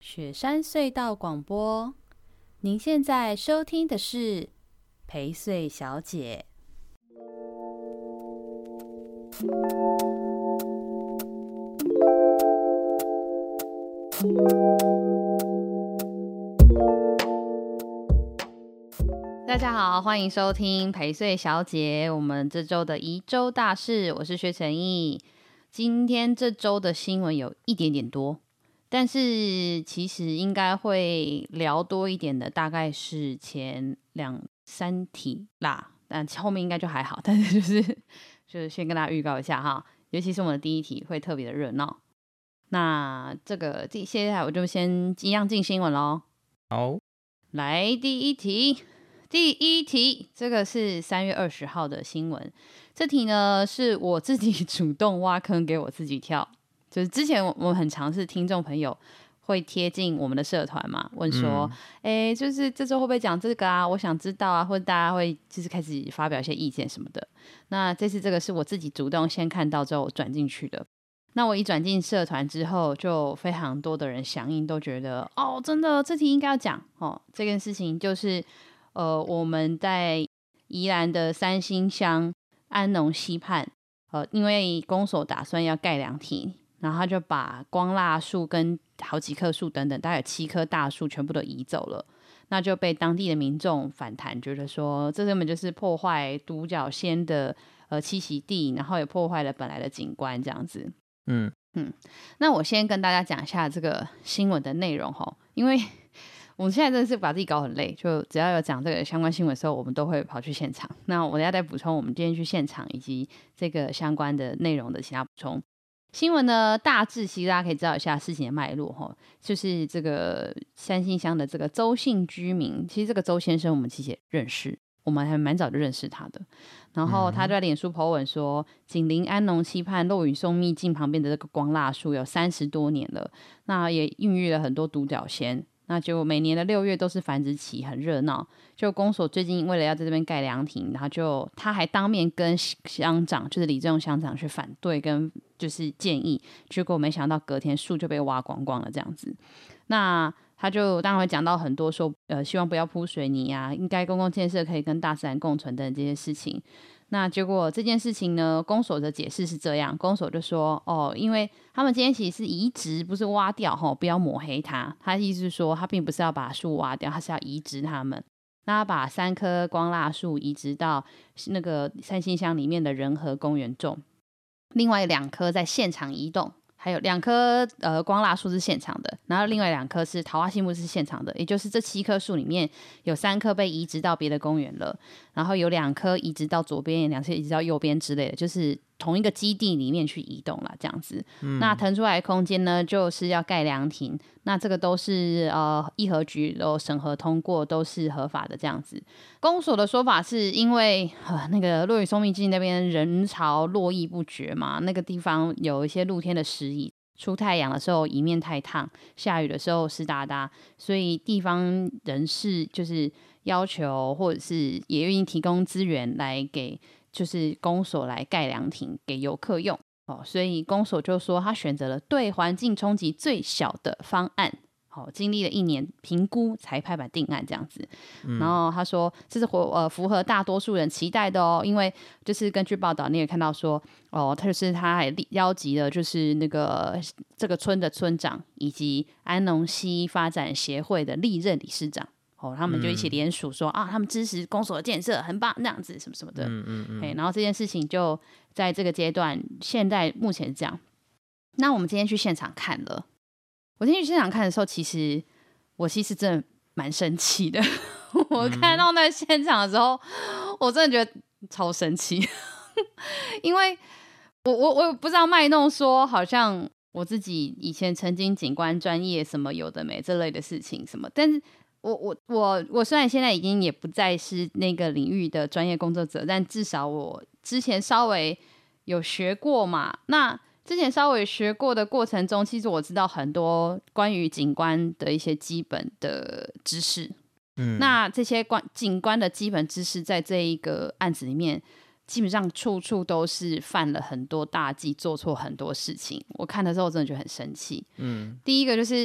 雪山隧道广播，您现在收听的是陪睡小姐。大家好，欢迎收听陪睡小姐，我们这周的一周大事，我是薛成义。今天这周的新闻有一点点多，但是其实应该会聊多一点的，大概是前2-3题啦，但后面应该就还好。但是就是先跟大家预告一下哈，尤其是我们的第一题会特别的热闹。那这个接下来我就先一样进新闻咯。 好， 来第一题，这个是3月20号的新闻。这题呢是我自己主动挖坑给我自己跳，就是之前我很常是听众朋友会贴进我们的社团嘛，问说就是这周会不会讲这个啊，我想知道啊，或者大家会就是开始发表一些意见什么的。那这次这个是我自己主动先看到之后转进去的。那我一转进社团之后，就非常多的人响应，都觉得真的这题应该要讲这件事情就是我们在宜兰的3星乡安农溪畔因为公所打算要盖凉亭，然后他就把光蜡树跟好几棵树等等大概有7棵大树全部都移走了，那就被当地的民众反弹，觉得说这根本就是破坏独角仙的栖息地，然后也破坏了本来的景观这样子。那我先跟大家讲一下这个新闻的内容因为我们现在真的是把自己搞很累，就只要有讲这个相关新闻的时候，我们都会跑去现场。那我等一下再补充我们今天去现场以及这个相关的内容的其他补充。新闻呢，大致其实大家可以知道一下事情的脉络就是这个3星乡的这个周姓居民，其实这个周先生我们其实也认识，我们还蛮早就认识他的。然后他就在脸书 po 文说，紧邻安农溪畔落羽松秘境旁边的这个光蜡树有30多年了，那也孕育了很多独角仙。那就每年的6月都是繁殖期，很热闹。就公所最近为了要在这边盖凉亭，然后他还当面跟乡长，就是李正荣乡长去反对跟就是建议，结果没想到隔天树就被挖光光了这样子。那他就当然会讲到很多说希望不要铺水泥啊，应该公共建设可以跟大自然共存等这些事情。那结果这件事情呢，公所的解释是这样，公所就说因为他们今天其实是移植，不是挖掉不要抹黑他。他意思是说他并不是要把树挖掉，他是要移植他们。那他把3棵光蜡树移植到那个3星乡里面的仁和公园种，另外2棵在现场移动，还有2棵光蜡树是现场的，然后另外2棵是桃花心木是现场的，也就是这7棵树里面有3棵被移植到别的公园了，然后有2棵移植到左边，2棵移植到右边之类的，就是同一个基地里面去移动啦这样子。那腾出来的空间呢，就是要盖凉亭，那这个都是议和局都审核通过，都是合法的这样子。公所的说法是因为那个落羽松秘境那边人潮络绎不绝嘛，那个地方有一些露天的石椅，出太阳的时候椅面太烫，下雨的时候湿哒哒，所以地方人士就是要求或者是也愿意提供资源来给就是公所来盖凉亭给游客用所以公所就说他选择了对环境冲击最小的方案经历了1年评估才拍板定案这样子。然后他说这是符合大多数人期待的因为就是根据报道你也看到说他还邀集了就是那个这个村的村长以及安农溪发展协会的历任理事长他们就一起联署说他们支持公所的建设很棒那样子什么什么的然后这件事情就在这个阶段现在目前是这样。那我们今天去现场看了，我今天去现场看的时候，我其实真的蛮生气的我看到那个现场的时候，我真的觉得超生气因为我不知道卖弄说好像我自己以前曾经景观专业什么有的没这类的事情什么，但是我虽然现在已经也不再是那个领域的专业工作者，但至少我之前稍微有学过嘛。那之前稍微学过的过程中，其实我知道很多关于景观的一些基本的知识。那这些景观的基本知识在这一个案子里面基本上处处都是犯了很多大忌，做错很多事情。我看的时候真的觉得很生气。第一个就是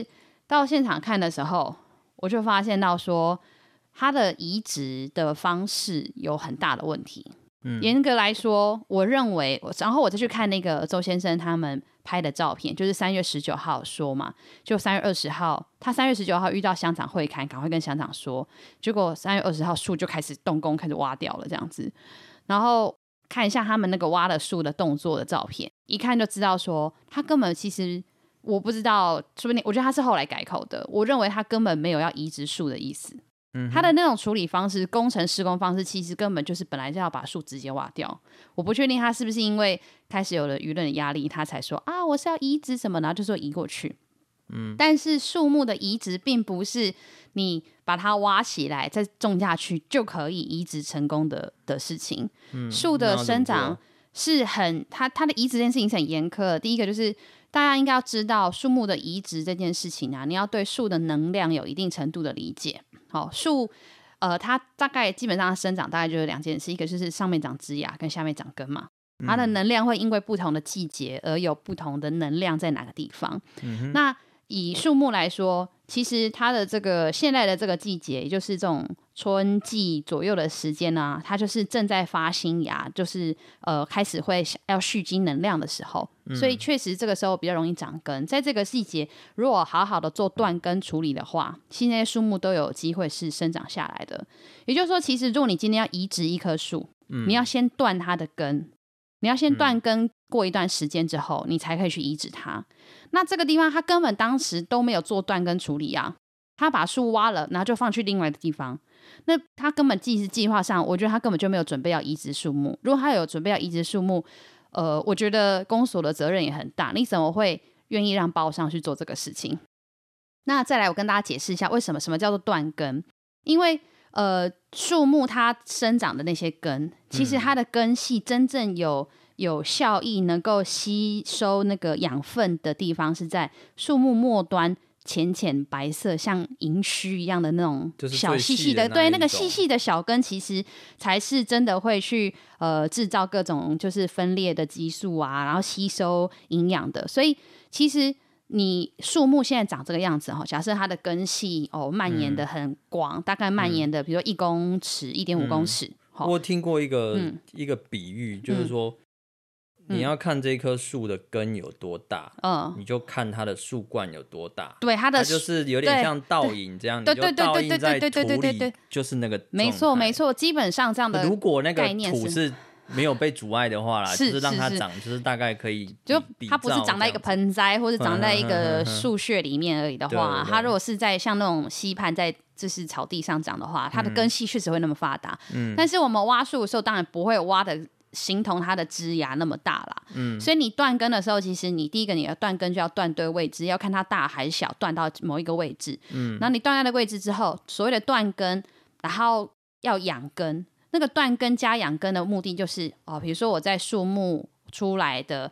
到现场看的时候，我就发现到说，它的移植的方式有很大的问题。严格来说，我认为，然后我再去看那个周先生他们拍的照片，就是3月19号说嘛，就3月20号，他3月19号遇到乡长会勘，赶快跟乡长说，结果3月20号树就开始动工，开始挖掉了这样子。然后看一下他们那个挖的树的动作的照片，一看就知道说，他根本其实我不知道，说不定我觉得他是后来改口的，我认为他根本没有要移植树的意思。他的那种处理方式，工程施工方式，其实根本就是本来就要把树直接挖掉。我不确定他是不是因为开始有了舆论的压力，他才说啊，我是要移植什么，然后就说移过去。但是树木的移植并不是你把它挖起来再种下去就可以移植成功的事情。树的生长是它的移植这件事情是很严苛的。第一个就是大家应该要知道树木的移植这件事情啊，你要对树的能量有一定程度的理解。好，树它大概基本上生长大概就是2件事，一个就是上面长枝芽跟下面长根嘛。它的能量会因为不同的季节而有不同的能量在哪个地方。那以树木来说，其实它的这个现在的这个季节，也就是这种春季左右的时间啊，它就是正在发新芽，就是开始会要蓄积能量的时候，所以确实这个时候比较容易长根。在这个季节，如果好好的做断根处理的话，其实那些树木都有机会是生长下来的。也就是说，其实如果你今天要移植一棵树，你要先断它的根，你要先断根过一段时间之后，你才可以去移植它。那这个地方他根本当时都没有做断根处理啊，他把树挖了，然后就放去另外的地方。那他根本计划上，我觉得他根本就没有准备要移植树木。如果他有准备要移植树木，我觉得公所的责任也很大。你怎么会愿意让包商去做这个事情？那再来，我跟大家解释一下为什么叫做断根。因为树木它生长的那些根，其实它的根系真正有效益能够吸收那个养分的地方是在树木末端浅白色像银须一样的那种小细细的，对，那个细细的小根其实才是真的会去制造各种就是分裂的激素啊，然后吸收营养的。所以其实你树木现在长这个样子，假设它的根系蔓延的很广，大概蔓延的比如说1公尺、1.5公尺。 我听过一个比喻，就是说你要看这棵树的根有多大，你就看它的树冠有多大。 对，它就是有点像倒影这样，你就倒映在土里，就是那个状态。 没错，基本上这样的概念是。 如果那个土是没有被阻碍的话啦，就是让它长，就是大概可以就它不是长在一个盆栽或者长在一个树穴里面而已的话，它如果是在像那种溪畔在就是草地上长的话，它的根系确实会那么发达。但是我们挖树的时候，当然不会挖的形同它的枝芽那么大啦。所以你断根的时候，其实你第一个你的断根就要断对位置，要看它大还是小，断到某一个位置。然后你断在那个位置之后，所谓的断根，然后要养根。那个断根加养根的目的就是比如说我在树木出来的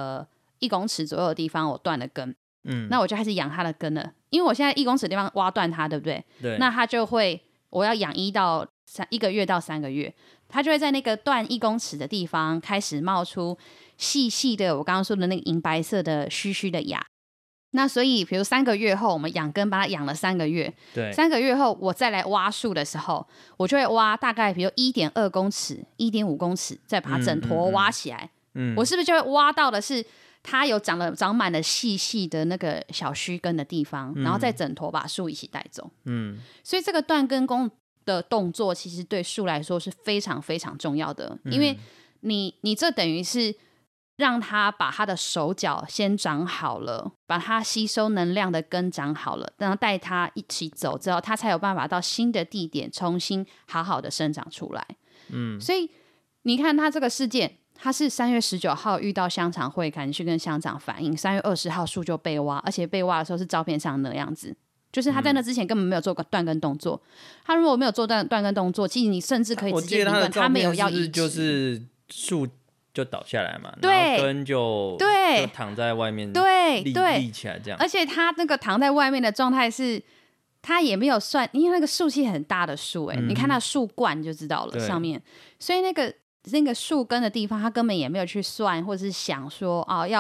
1公尺左右的地方我断了根，那我就开始养它的根了。因为我现在1公尺的地方挖断它，对不对？ 对。 那它就会，我要养1个月到3个月，它就会在那个断1公尺的地方开始冒出细细的我刚刚说的那个银白色的须须的芽。那所以比如3个月后我们养根把它养了3个月， 对 ，3个月后我再来挖树的时候，我就会挖大概比如1.2公尺 1.5公尺，再把它整坨挖起来。我是不是就会挖到的是它有长满了细细的那个小须根的地方，然后再整坨把树一起带走。所以这个断根的动作其实对树来说是非常非常重要的。因为你这等于是让它把它的手脚先长好了，把它吸收能量的根长好了，然后带它一起走之后，它才有办法到新的地点重新好好的生长出来。所以你看它这个事件，它是3月19号遇到乡长会勘，去跟乡长反映，3月20号树就被挖，而且被挖的时候是照片上的样子，就是他在那之前根本没有做过断根动作。他如果没有做断根动作，其实你甚至可以直接评断他没有要移植。 就是树就倒下来嘛， 对， 然后根就躺在外面， 对， 立起来这样。 而且他那个躺在外面的状态是，他也没有算，因为那个树是很大的树，你看它树冠就知道了上面，所以那个树根的地方，他根本也没有去算，或者是想说要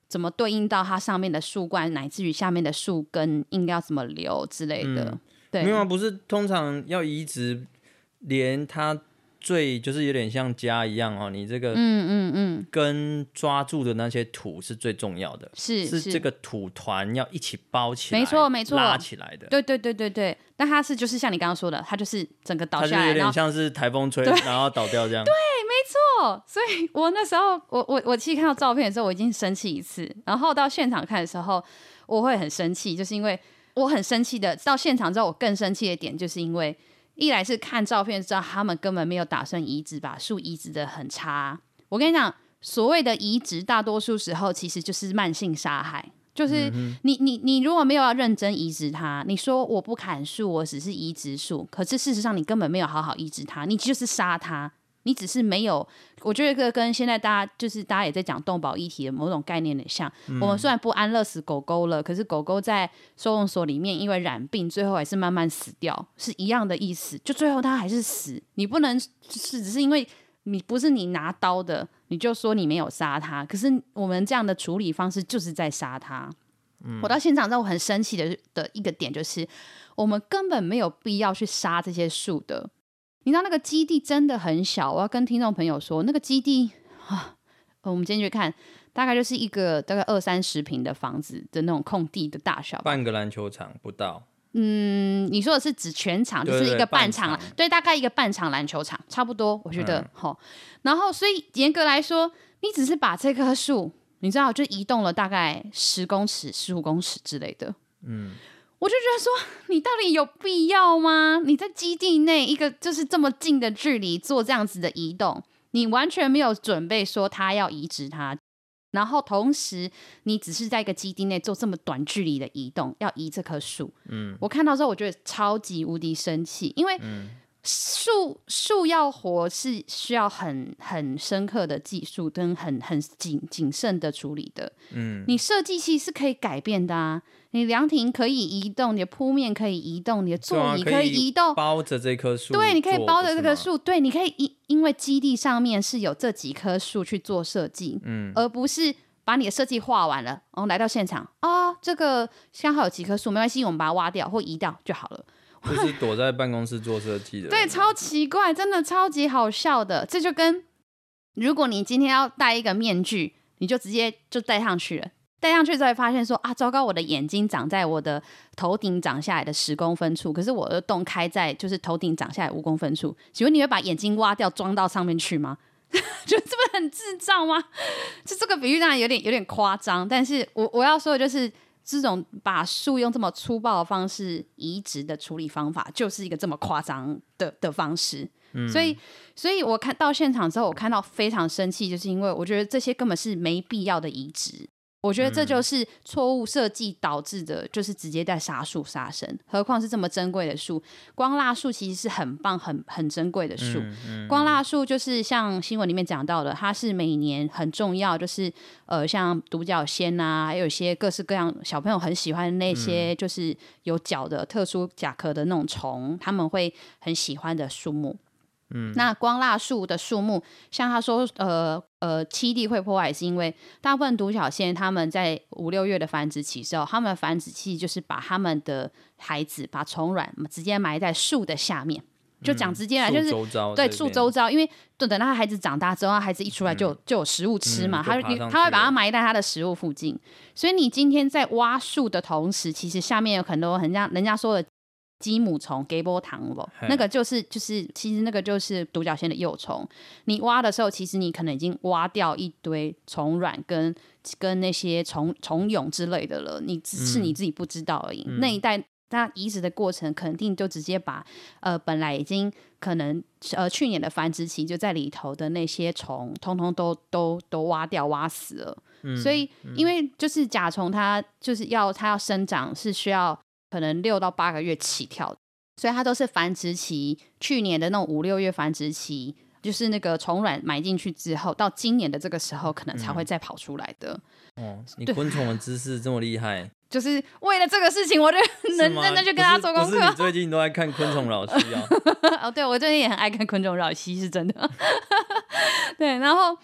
怎么对应到它上面的树冠，乃至于下面的树根应该要怎么留之类的。对， 没有啊，不是通常要移植，连它最就是有点像家一样哦，你这个根抓住的那些土是最重要的，是这个土团要一起包起来， 没错， 拉起来的。 对，但它是就是像你刚刚说的，它就是整个倒下来， 它就有点像是台风吹然后倒掉这样。 对，没错。所以我那时候我其实看到照片的时候，我已经生气一次，然后到现场看的时候，我会很生气，就是因为我很生气的。到现场之后，我更生气的点就是因为。一来是看照片知道他们根本没有打算移植，把树移植的很差。我跟你讲，所谓的移植，大多数时候其实就是慢性杀害。就是你如果没有要认真移植它，你说我不砍树，我只是移植树，可是事实上你根本没有好好移植它，你就是杀它。你只是没有，我觉得这个跟现在大家也在讲动保议题的某种概念很像。我们虽然不安乐死狗狗了，可是狗狗在收容所里面因为染病，最后还是慢慢死掉，是一样的意思。就最后它还是死，你不能只是因为你不是你拿刀的，你就说你没有杀它。可是我们这样的处理方式就是在杀它。我到现场之后，我很生气的一个点就是，我们根本没有必要去杀这些树的。你知道那个基地真的很小，我要跟听众朋友说，那个基地我们今天去看，大概就是一个大概20-30坪的房子的那种空地的大小， 半个篮球场不到。 你说的是指全场，就是一个半场，对，大概一个半场篮球场，差不多，我觉得然后，所以严格来说，你只是把这棵树，你知道，就移动了大概10公尺、15公尺之类的，我就觉得说，你到底有必要吗？你在基地内一个就是这么近的距离做这样子的移动，你完全没有准备说他要移植它，然后同时你只是在一个基地内做这么短距离的移动，要移这棵树。我看到之后，我觉得超级无敌生气，因为树要活是需要很深刻的技术跟很谨慎的处理的。你设计器是可以改变的啊，你凉亭可以移动，你的铺面可以移动，你的座椅可以移动， 包着这棵树。 对，你可以包着这棵树，对，你可以因为基地上面是有这几棵树去做设计，而不是把你的设计画完了，然后来到现场这个刚好有几棵树，没关系，我们把它挖掉或移掉就好了。 就是躲在办公室做设计的， 对，超奇怪，真的超级好笑的。这就跟如果你今天要戴一个面具，你就直接就戴上去了，戴上去之后发现说糟糕，我的眼睛长在我的头顶长下来的10公分处，可是我的洞开在就是头顶长下来5公分处，请问你会把眼睛挖掉装到上面去吗？就这不是很智障吗？就这个比喻当然有点夸张，但是我要说的就是这种把树用这么粗暴的方式移植的处理方法，就是一个这么夸张的方式。所以我看到现场之后，我看到非常生气，就是因为我觉得这些根本是没必要的移植。我觉得这就是错误设计导致的，就是直接在杀树杀生，何况是这么珍贵的树。光蜡树其实是很棒很珍贵的树，光蜡树就是像新闻里面讲到的，它是每年很重要，就是像独角仙啊，还有一些各式各样小朋友很喜欢的那些就是有角的特殊甲壳的那种虫，他们会很喜欢的树木。那光蜡树的树木，像他说栖地会破坏，是因为大部分独角仙他们在5-6月的繁殖期之后，他们的繁殖期就是把他们的孩子把虫卵直接埋在树的下面，就讲直接来就是对树周遭，因为等到他孩子长大之后，他孩子一出来就有食物吃嘛，他会把它埋在他的食物附近，所以你今天在挖树的同时，其实下面有很多很像人家说的鸡母虫、给波糖不，那个就是其实那个就是独角仙的幼虫。你挖的时候，其实你可能已经挖掉一堆虫卵跟那些虫蛹之类的了，你只是你自己不知道而已。那一代它移植的过程，肯定就直接把本来已经可能去年的繁殖期就在里头的那些虫，通通都挖掉挖死了。所以因为就是甲虫它就是它要生长是需要可能6到8个月起跳的，所以它都是繁殖期，去年的那种5-6月繁殖期，就是那个虫卵埋进去之后，到今年的这个时候可能才会再跑出来的。 你昆虫的知识这么厉害， 就是为了这个事情，我就认真去跟他做功课。 不是你最近都在看昆虫扰西啊？ 对，我最近也很爱看昆虫扰西，是真的。对，然后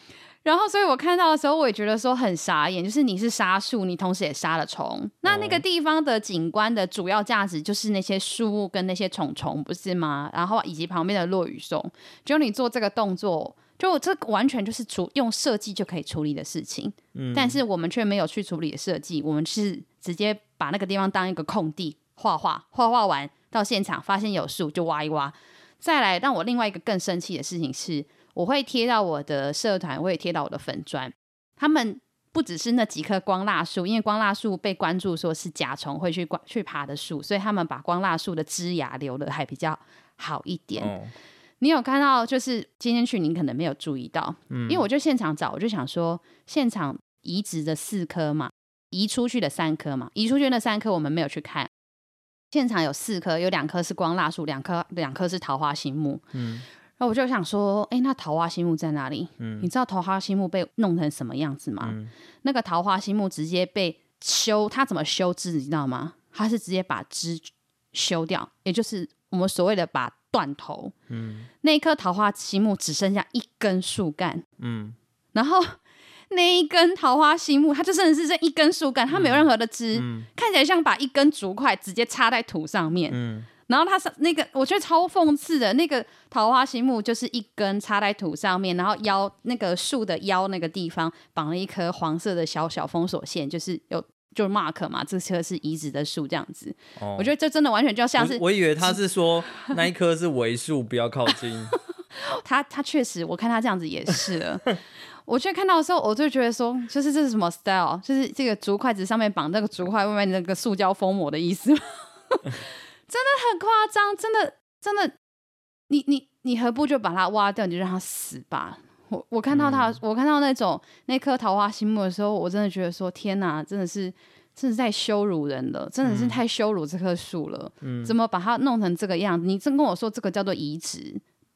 然后所以我看到的时候我也觉得说很傻眼，就是你是杀树，你同时也杀了虫，那个地方的景观的主要价值就是那些树跟那些虫虫不是吗？然后以及旁边的落羽松，就你做这个动作，就这完全就是用设计就可以处理的事情，但是我们却没有去处理的设计，我们是直接把那个地方当一个空地，画完到现场发现有树就挖一挖。再来让我另外一个更生气的事情是，我会贴到我的社团，我也贴到我的粉专，他们不只是那几棵光蜡树，因为光蜡树被关注说是甲虫会去爬的树，所以他们把光蜡树的枝芽留的还比较好一点。你有看到就是今天去你可能没有注意到，因为我就现场找，我就想说现场移植的4棵嘛，移出去的3棵嘛，移出去的那3棵我们没有去看，现场有4棵，有2棵是光蜡树，2棵是桃花心木。然后我就想说，那桃花心木在哪里？你知道桃花心木被弄成什么样子吗？那个桃花心木直接被修，它怎么修枝你知道吗？它是直接把枝修掉，也就是我们所谓的把断头。那一棵桃花心木只剩下1根树干。然后那一根桃花心木，它就真的是这1根树干，它没有任何的枝，看起来像把1根竹块直接插在土上面。然后它是那个我觉得超讽刺的，那个桃花心木就是1根插在土上面，然后腰那个树的腰那个地方绑了一颗黄色的小封锁线，就是就 mark 嘛，这棵是移植的树这样子。我觉得这真的完全就像是我以为他是说那一棵是为树，不要靠近。 他确实，我看他这样子也是了。我去看到的时候，我就觉得说，就是这是什么 style？ 就是这个竹筷子上面绑那个竹筷外面那个塑胶封膜的意思。真的很夸张，真的，你何不就把它挖掉，你就让它死吧。我看到我看到那棵桃花心木的时候，我真的觉得说，天哪，真的是在羞辱人了，真的是太羞辱这棵树了。怎么把它弄成这个样子？你真跟我说这个叫做移植？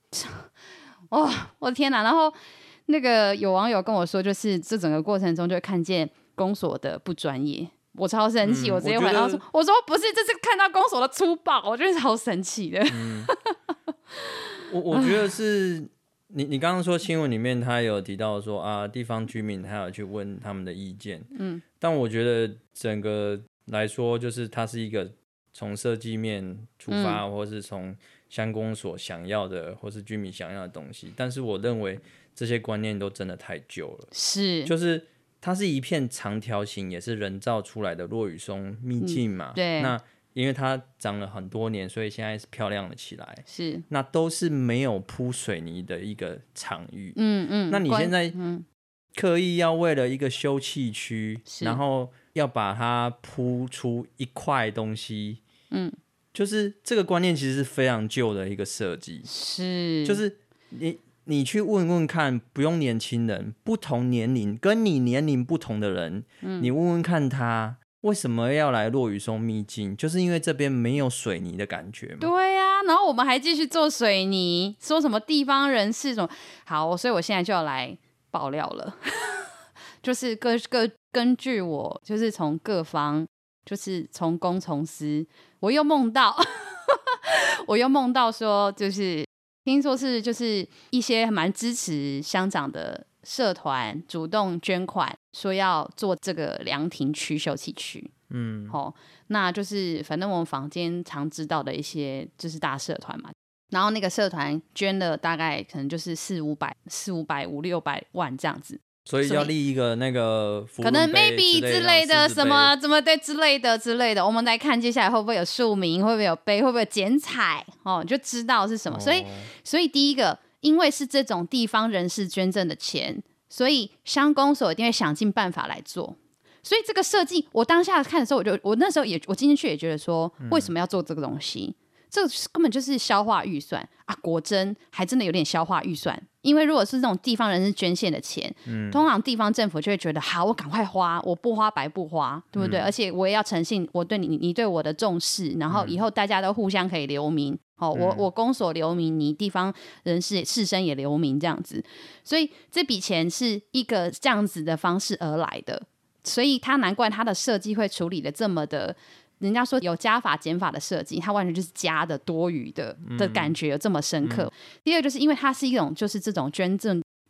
我的天哪！然后那个有网友跟我说，就是这整个过程中就会看见公所的不专业。我超生气，我直接回答说：“我说不是，这是看到公所的粗暴，我觉得超生气的。 我觉得是你刚刚说新闻里面他有提到说啊，地方居民他有去问他们的意见，但我觉得整个来说，就是它是一个从设计面出发，或是从乡公所想要的，或是居民想要的东西，但是我认为这些观念都真的太旧了，就是它是一片长条形，也是人造出来的落羽松秘境嘛， 对， 那因为它长了很多年，所以现在是漂亮了起来， 是， 那都是没有铺水泥的一个场域，那你现在刻意要为了一个休憩区，然后要把它铺出一块东西，就是这个观念其实是非常旧的一个设计， 是， 就是你去问问看，不用年轻人，不同年龄跟你年龄不同的人，你问问看他为什么要来落羽松秘境，就是因为这边没有水泥的感觉嘛。 对啊，然后我们还继续做水泥，说什么地方人士什么好，所以我现在就要来爆料了，就是根据我就是从各方，就是从公从私，我又梦到说就是。听说是就是一些蛮支持乡长的社团主动捐款，说要做这个凉亭区休憩区。那就是反正我们坊间常知道的一些就是大社团嘛，然后那个社团捐了大概可能就是400-500、500-600万这样子。 所以要立一个那个可能 maybe 之类的什么怎么对之类的，我们来看接下来会不会有署名，会不会有碑，会不会有剪彩就知道是什么。所以第一个，因为是这种地方人士捐赠的钱，所以乡公所一定会想尽办法来做。所以这个设计，我当下看的时候，我那时候我今天去也觉得说，为什么要做这个东西？这根本就是消化预算啊！果真还真的有点消化预算，因为如果是这种地方人士捐献的钱，通常地方政府就会觉得好，我赶快花，我不花白不花，对不对？而且我也要诚信，我对你对我的重视，然后以后大家都互相可以留名，我公所留名，你地方人士士绅也留名，这样子，所以这笔钱是一个这样子的方式而来的，所以他难怪他的设计会处理的这么的。人家说有加法减法的设计，它完全就是加的多余的感觉有这么深刻。第二就是因为它是一种就是这种捐赠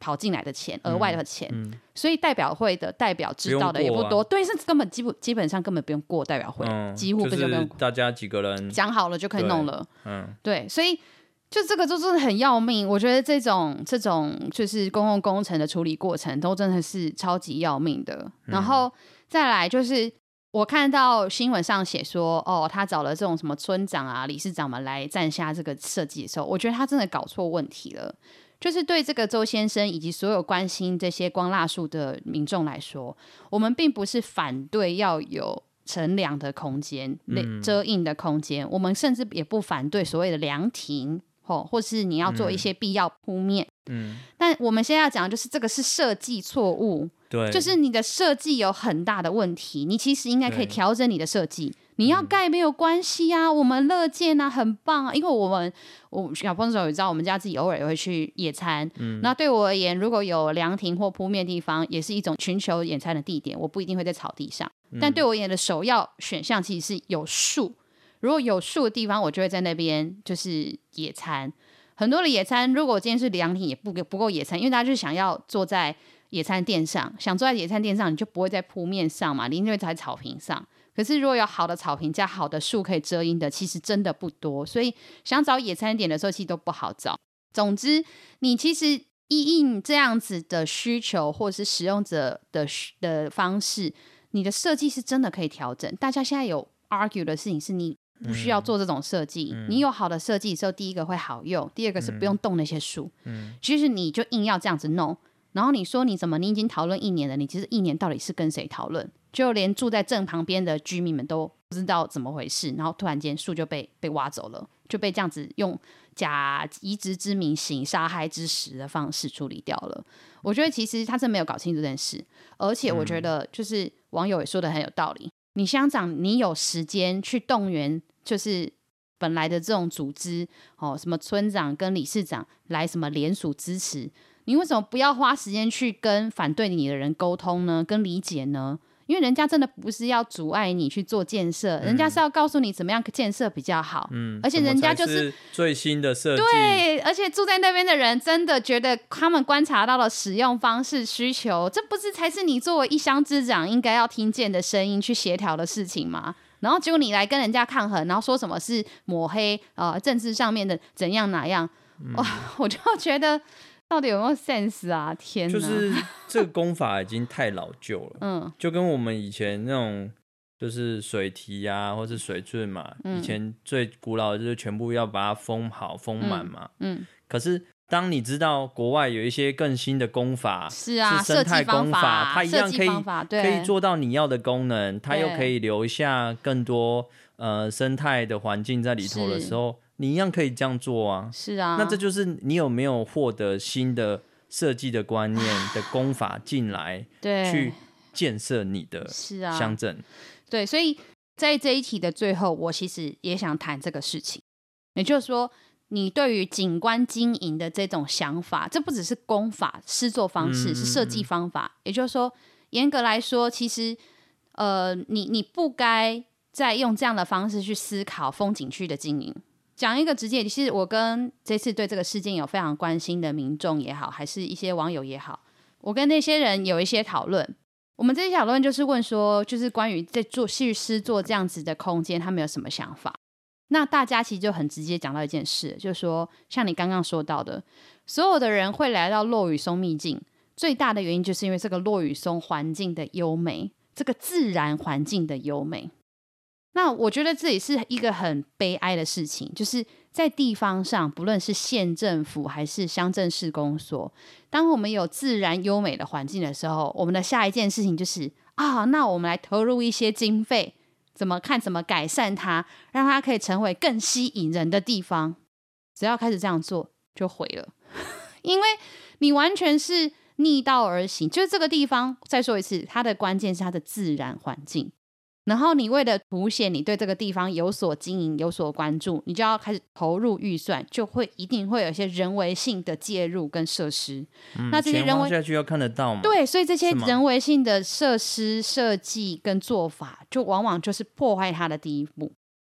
跑进来的钱，额外的钱，所以代表会的代表知道的也不多，对，是根本基本上根本不用过代表会，几乎就不用大家几个人讲好了就可以弄了，对，所以就这个就是很要命，我觉得这种就是公共工程的处理过程都真的是超级要命的。然后再来就是我看到新闻上写说，他找了这种什么村长啊、理事长们来站下这个设计的时候，我觉得他真的搞错问题了。就是对这个周先生以及所有关心这些光蜡树的民众来说，我们并不是反对要有乘凉的空间、遮阴的空间，我们甚至也不反对所谓的凉亭，或是你要做一些必要铺面。但我们现在要讲的就是这个是设计错误，对，就是你的设计有很大的问题，你其实应该可以调整你的设计。你要盖没有关系啊，我们乐见啊，很棒啊。因为我小朋友也知道，我们家自己偶尔也会去野餐。那对我而言，如果有凉亭或铺面地方，也是一种寻求野餐的地点。我不一定会在草地上，但对我而言的首要选项其实是有树。如果有树的地方，我就会在那边就是野餐。很多的野餐，如果今天是凉亭，也不够野餐，因为大家就是想要坐在野餐垫上，想坐在野餐垫上，你就不会在铺面上嘛，你就会在草坪上。可是如果有好的草坪加好的树可以遮阴的，其实真的不多，所以想找野餐点的时候其实都不好找。总之，你其实因应这样子的需求或是使用者的方式，你的设计是真的可以调整。大家现在有 argue 的事情是你不需要做这种设计，你有好的设计的时候，第一个会好用，第二个是不用动那些树。其实你就硬要这样子弄，然后你说你已经讨论1年了，你其实1年到底是跟谁讨论？就连住在正旁边的居民们都不知道怎么回事，然后突然间树就被挖走了，就被这样子用假移植之名行杀害之实的方式处理掉了。我觉得其实他是没有搞清楚这件事，而且我觉得就是网友也说的很有道理。你乡长，你有时间去动员，就是本来的这种组织，什么村长跟理事长来什么联署支持，你为什么不要花时间去跟反对你的人沟通呢？跟理解呢？因为人家真的不是要阻碍你去做建设，人家是要告诉你怎么样建设比较好。而且人家就是最新的设计。 对，而且住在那边的人真的觉得他们观察到的使用方式需求，这不是才是你作为一乡之长应该要听见的声音去协调的事情吗？然后结果你来跟人家抗衡，然后说什么是抹黑政治上面的怎样哪样，我就觉得到底有没有 sense 啊？天哪！ 就是这个工法已经太老旧了，就跟我们以前那种就是水堤啊，或是水圳嘛，以前最古老的就是全部要把它封好、封满嘛。可是当你知道国外有一些更新的工法，是生态工法，它一样可以做到你要的功能，它又可以留下更多生态的环境在里头的时候。你一样可以这样做啊， 是啊， 那这就是你有没有获得新的设计的观念的工法进来，去建设你的乡镇。 对，所以在这一题的最后，我其实也想谈这个事情，也就是说，你对于景观经营的这种想法，这不只是工法、施作方式，是设计方法。也就是说，严格来说，其实你不该再用这样的方式去思考风景区的经营。讲一个直接，其实我跟这次对这个事件有非常关心的民众也好，还是一些网友也好，我跟那些人有一些讨论。我们这些讨论就是问说，就是关于在去施作这样子的空间，他们有什么想法？那大家其实就很直接讲到一件事，就是说，像你刚刚说到的，所有的人会来到落羽松秘境，最大的原因就是因为这个落羽松环境的优美，这个自然环境的优美。那我觉得这也是一个很悲哀的事情，就是在地方上，不论是县政府还是乡镇市公所，当我们有自然优美的环境的时候，我们的下一件事情就是那我们来投入一些经费，怎么改善它，让它可以成为更吸引人的地方。只要开始这样做，就毁了，因为你完全是逆道而行。就是这个地方，再说一次，它的关键是它的自然环境。然后你为了凸显你对这个地方有所经营、有所关注，你就要开始投入预算，就一定会有一些人为性的介入跟设施。那这些人为下去要看得到嘛？ 对，所以这些人为性的设施设计跟做法，就往往就是破坏它的第一步。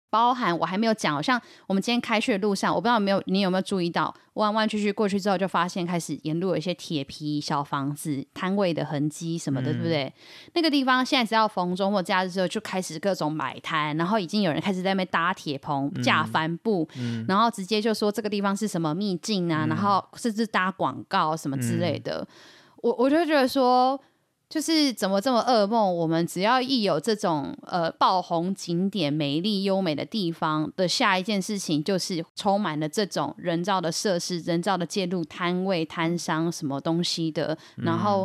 包含我还没有讲，好像我们今天开去的路上，我不知道你有没有注意到，弯弯曲曲过去之后，就发现开始沿路有一些铁皮小房子、摊位的痕迹什么的，对不对？那个地方现在只要逢中或假日之后，就开始各种摆摊，然后已经有人开始在那边搭铁棚、架帆布，然后直接就说这个地方是什么秘境啊，然后甚至搭广告什么之类的。我就觉得说，就是怎么这么噩梦？我们只要一有这种爆红景点、美丽优美的地方的下一件事情，就是充满了这种人造的设施、人造的介入摊位、摊商什么东西的，然后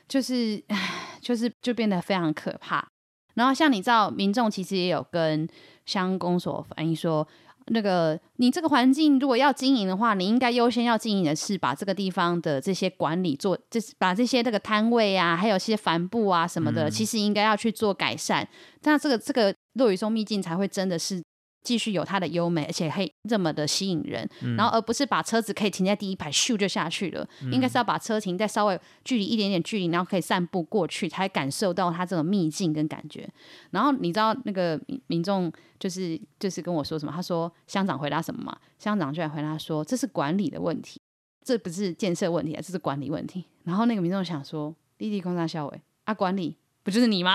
就变得非常可怕。然后像你知道，民众其实也有跟乡公所反映说，那个你这个环境如果要经营的话，你应该优先要经营的是把这个地方的这些管理做，就是把这些那个摊位啊，还有一些帆布啊什么的，其实应该要去做改善。那这个落羽松秘境才会真的是继续有它的优美，而且可以这么的吸引人，然后而不是把车子可以停在第一排咻就下去了，应该是要把车停在稍微距离一点点距离，然后可以散步过去，才感受到它这种秘境跟感觉。然后你知道那个民众就是跟我说什么？他说乡长回答什么吗？乡长居然回答说这是管理的问题，这不是建设问题，这是管理问题。然后那个民众想说，立地公大校委啊，管理不就是你吗？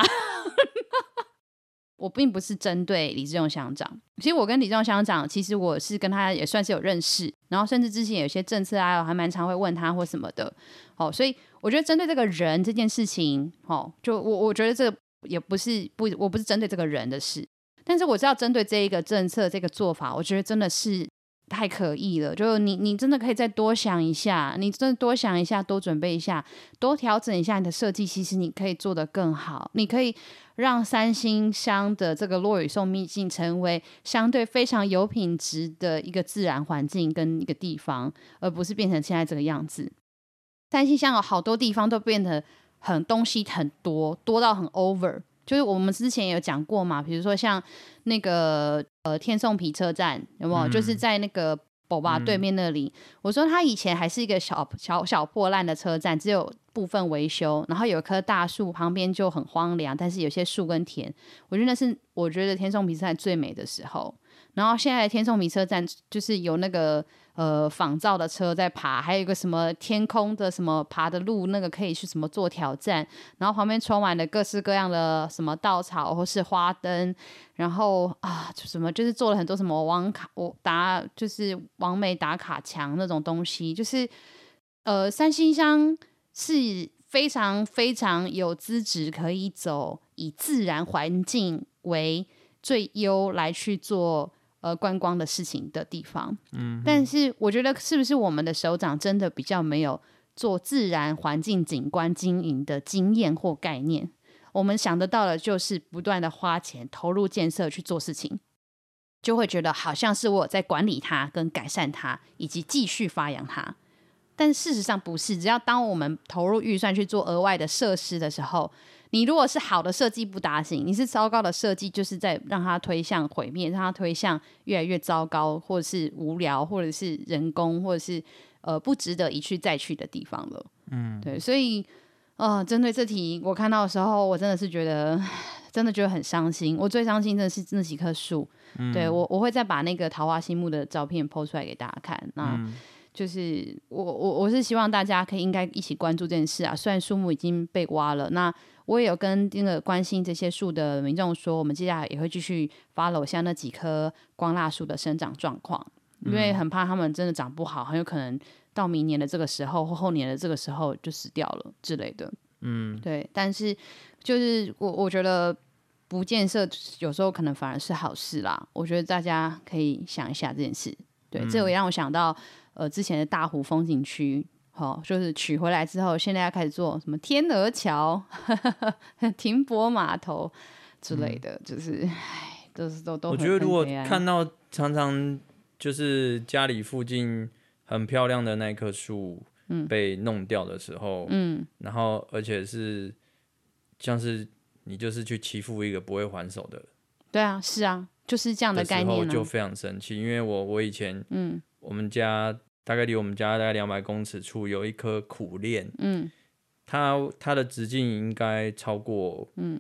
我并不是针对李志勇乡长，其实我跟李志勇乡长，其实我是跟他也算是有认识，然后甚至之前有些政策啊，我还蛮常会问他或什么的。所以我觉得针对这个人这件事情，就我觉得这个也不是我不是针对这个人的事，但是我知道针对这一个政策这个做法，我觉得真的是太可疑了。就你真的可以再多想一下，你真的多想一下，多准备一下，多调整一下你的设计，其实你可以做得更好，你可以让三星乡的这个落羽松秘境成为相对非常有品质的一个自然环境跟一个地方，而不是变成现在这个样子。三星乡有好多地方都变得东西很多到很 over， 就是我们之前也有讲过嘛，比如说像那个天颂皮车站有没有，就是在那个宝巴对面那里，我说它以前还是一个小破烂的车站，只有部分维修，然后有一棵大树旁边就很荒凉，但是有些树跟田，我觉得那是我觉得天颂皮车站最美的时候。然后现在的天颂皮车站就是有那个仿造的车在爬，还有一个什么天空的什么爬的路，那个可以去什么做挑战，然后旁边充满了各式各样的什么稻草或是花灯，然后什么就是做了很多什么就是网美打卡墙那种东西，就是三星乡是非常非常有资质可以走以自然环境为最优来去做观光的事情的地方。但是我觉得是不是我们的首长真的比较没有做自然环境景观经营的经验或概念？我们想得到的就是不断的花钱投入建设去做事情，就会觉得好像是我有在管理它跟改善它以及继续发扬它。但事实上不是，只要当我们投入预算去做额外的设施的时候，你如果是好的设计不打紧，你是糟糕的设计，就是在让它推向毁灭，让它推向越来越糟糕，或者是无聊，或者是人工，或者是不值得一去再去的地方了。对，所以针对这题我看到的时候，我真的是觉得很伤心。我最伤心的是那几棵树。对，我会再把那个桃花心木的照片 po 出来给大家看。那就是我是希望大家可以应该一起关注这件事啊。虽然树木已经被挖了，那我也有跟那个关心这些树的民众说，我们接下来也会继续 follow 像那几棵光蜡树的生长状况，因为很怕他们真的长不好，很有可能到明年的这个时候或后年的这个时候就死掉了之类的。对。但是就是我觉得不建设有时候可能反而是好事啦。我觉得大家可以想一下这件事。对，这也让我想到之前的大湖风景区，就是取回来之后，现在要开始做什么天鹅桥、停泊码头之类的，就是都我觉得如果看到常常就是家里附近很漂亮的那棵树被弄掉的时候，然后而且是像是你就是去欺负一个不会还手的， 对啊，是啊，就是这样的概念啊， 就非常生气。因为我以前我们家大概离我们家大概200公尺处有一棵苦楝，它的直径应该超过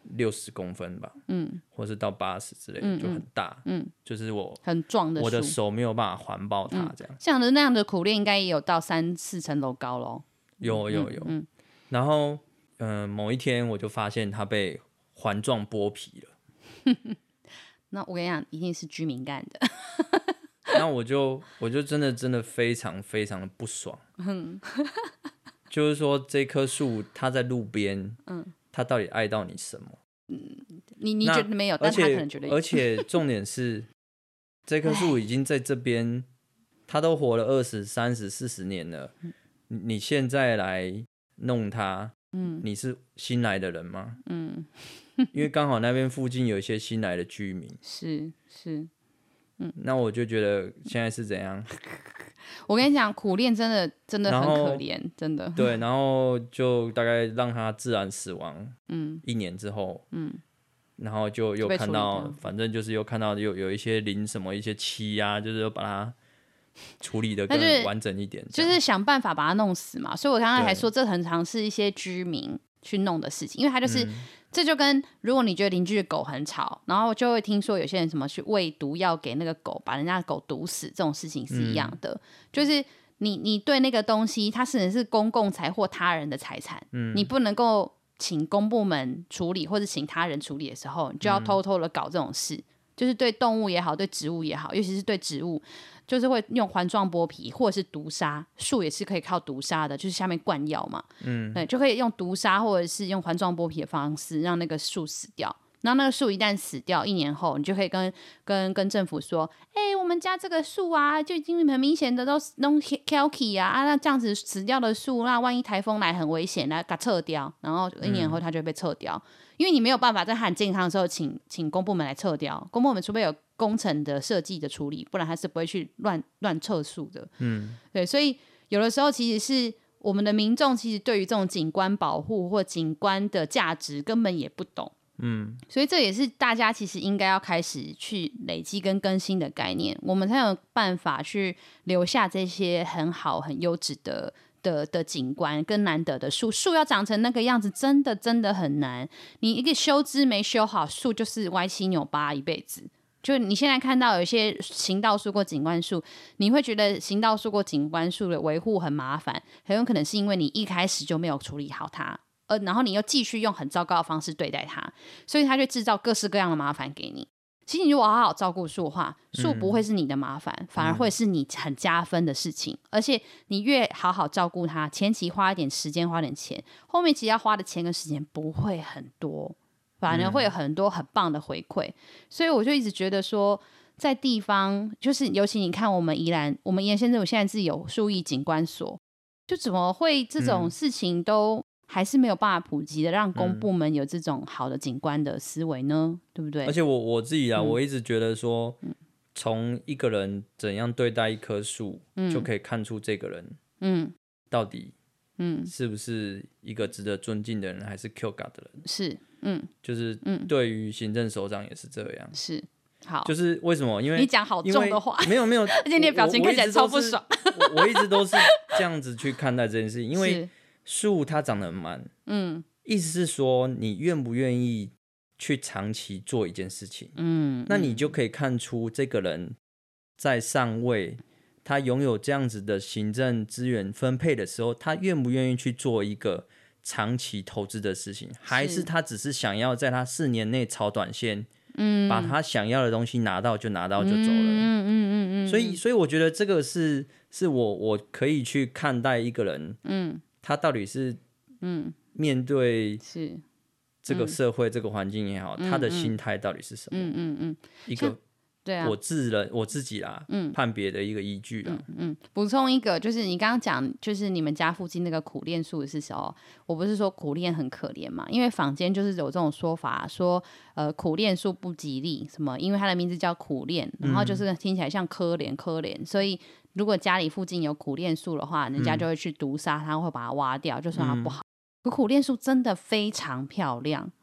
60公分吧，或是到80之类的，就很大，就是很壮的树， 我的手没有办法环抱它这样。 像的那样的苦楝应该也有到3-4层楼高咯。 有，然后某一天我就发现它被环状剥皮了。 那我跟你讲，一定是居民干的。 那我就真的非常非常的不爽。就是说这棵树它在路边，它到底爱到你什么？ 你觉得没有，但他可能觉得有。 而且重点是，这棵树已经在这边，它都活了20、30、40年了。你现在来弄它，你是新来的人吗？因为刚好那边附近有一些新来的居民。 是。 那我就觉得现在是怎样？ 我跟你讲，苦楝真的很可怜，真的。 对，然后就大概让它自然死亡，1年之后，然后就又看到，反正就是又看到有一些淋什么一些漆啊，就是又把它处理的更完整一点， 就是想办法把它弄死嘛。所以我刚才还说，这很常是一些居民去弄的事情，因为它就是。这就跟如果你觉得邻居的狗很吵，然后就会听说有些人什么去喂毒药给那个狗，把人家的狗毒死，这种事情是一样的。就是你对那个东西，它是公共财或他人的财产，你不能够请公部门处理或者请他人处理的时候，你就要偷偷的搞这种事。就是对动物也好，对植物也好，尤其是对植物，就是会用环状剥皮或者是毒杀。树也是可以靠毒杀的，就是下面灌药嘛，对，就可以用毒杀或者是用环状剥皮的方式让那个树死掉。然后那个树一旦死掉，1年后你就可以跟政府说，我们家这个树啊，就已经很明显的都弄 kelky 啊，那这样子死掉的树，那万一台风来很危险，来给它撤掉，然后1年后它就会被撤掉。因为你没有办法在它很健康的时候请公部门来撤掉，公部门除非有工程的设计的处理，不然它是不会去乱撤树的。对，所以有的时候其实是我们的民众其实对于这种景观保护或景观的价值根本也不懂。所以这也是大家其实应该要开始去累积跟更新的概念，我们才有办法去留下这些很好很优质的景观跟难得的树要长成那个样子，真的很难。你一个修枝没修好，树就是歪七扭八一辈子。就你现在看到有一些行道树或景观树，你会觉得行道树或景观树的维护很麻烦，很有可能是因为你一开始就没有处理好它。然后你又继续用很糟糕的方式对待它，所以它就制造各式各样的麻烦给你。其实你如果好好照顾树的话，树不会是你的麻烦，反而会是你很加分的事情。而且你越好好照顾它，前期花一点时间花点钱，后面其实要花的钱跟时间不会很多，反而会有很多很棒的回馈。所以我就一直觉得说，在地方就是尤其你看我们宜兰县政府现在是有树艺景观所，就怎么会这种事情都还是没有办法普及的，让公部门有这种好的景观的思维呢？对不对？ 而且我自己我一直觉得说，从一个人怎样对待一棵树，就可以看出这个人，到底，是不是一个值得尊敬的人，还是 Q 嘎的人？是，就是对于行政首长也是这样。是，好，就是为什么？因为你讲好重的话， 没有， 而且你的表情看起来超不爽。 我一直都是这样子去看待这件事情，因为。树它长得很慢，意思是说你愿不愿意去长期做一件事情，那你就可以看出这个人在上位，他拥有这样子的行政资源分配的时候，他愿不愿意去做一个长期投资的事情，还是他只是想要在他4年内炒短线，把他想要的东西拿到就走了，所以我觉得这个是我可以去看待一个人，他到底是面对这个社会这个环境也好，他的心态到底是什么？一个我自己啦，判别的一个依据啦。 补充一个，就是你刚刚讲，就是你们家附近那个苦楝树是时候，我不是说苦楝很可怜嘛？因为坊间就是有这种说法，说苦楝树不吉利，什么？因为它的名字叫苦楝，然后就是听起来像可怜，所以。如果家里附近有苦楝树的话，人家就会去毒杀它，会把它挖掉，就说它不好。可苦楝树真的非常漂亮，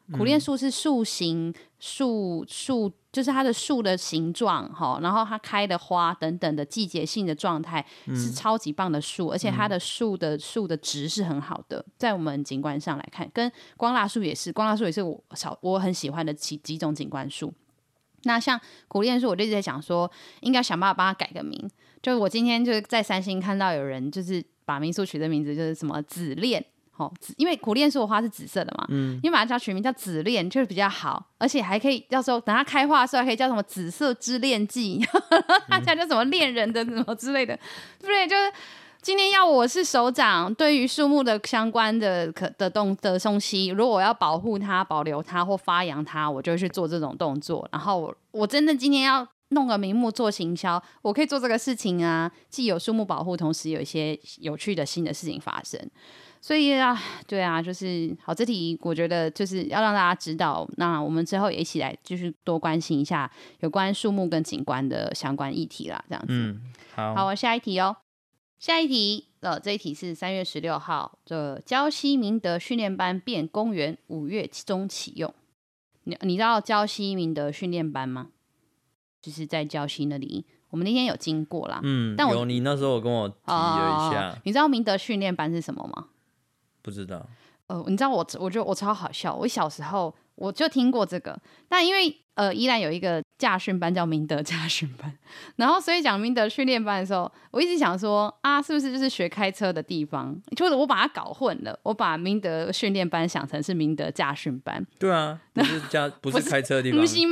苦楝树是树形，树就是它的树的形状，然后它开的花等等的季节性的状态是超级棒的树，而且它的树的质是很好的，在我们景观上来看，跟光蜡树也是，我很喜欢的几种景观树。那像苦楝树，我就一直在想说，应该想办法帮它改个名。就我今天就是在三星看到有人就是把民宿取的名字就是什么紫恋。因为苦楝树的花是紫色的嘛，你把它取名叫紫恋就是比较好，而且还可以到时候等它开花的时候还可以叫什么紫色之恋季，大家叫什么恋人的什么之类的，对不对？就是今天要我是首长，对于树木的相关的东西，如果我要保护它、保留它或发扬它，我就会去做这种动作。然后我真的今天要弄个名目做行销，我可以做这个事情啊，既有树木保护，同时有一些有趣的新的事情发生。所以对啊，就是好，这题我觉得就是要让大家知道，那我们之后也一起来继续多关心一下有关树木跟景观的相关议题啦，这样子。好，下一题哦。下一题这一题是3月16号的礁溪明德训练班变公园，5月中启用。你知道礁溪明德训练班吗？就是在礁溪那里。我们那天有经过啦，但有，你那时候有跟我提了一下。 你知道明德训练班是什么吗？ 不知道。 你知道我觉得我超好笑，我小时候我就听过这个，但因为宜兰有一个驾训班叫明德驾训班，然后所以讲明德训练班的时候，我一直想说是不是就是学开车的地方？就是我把它搞混了，我把明德训练班想成是明德驾训班。 对啊，不是开车的地方。不是，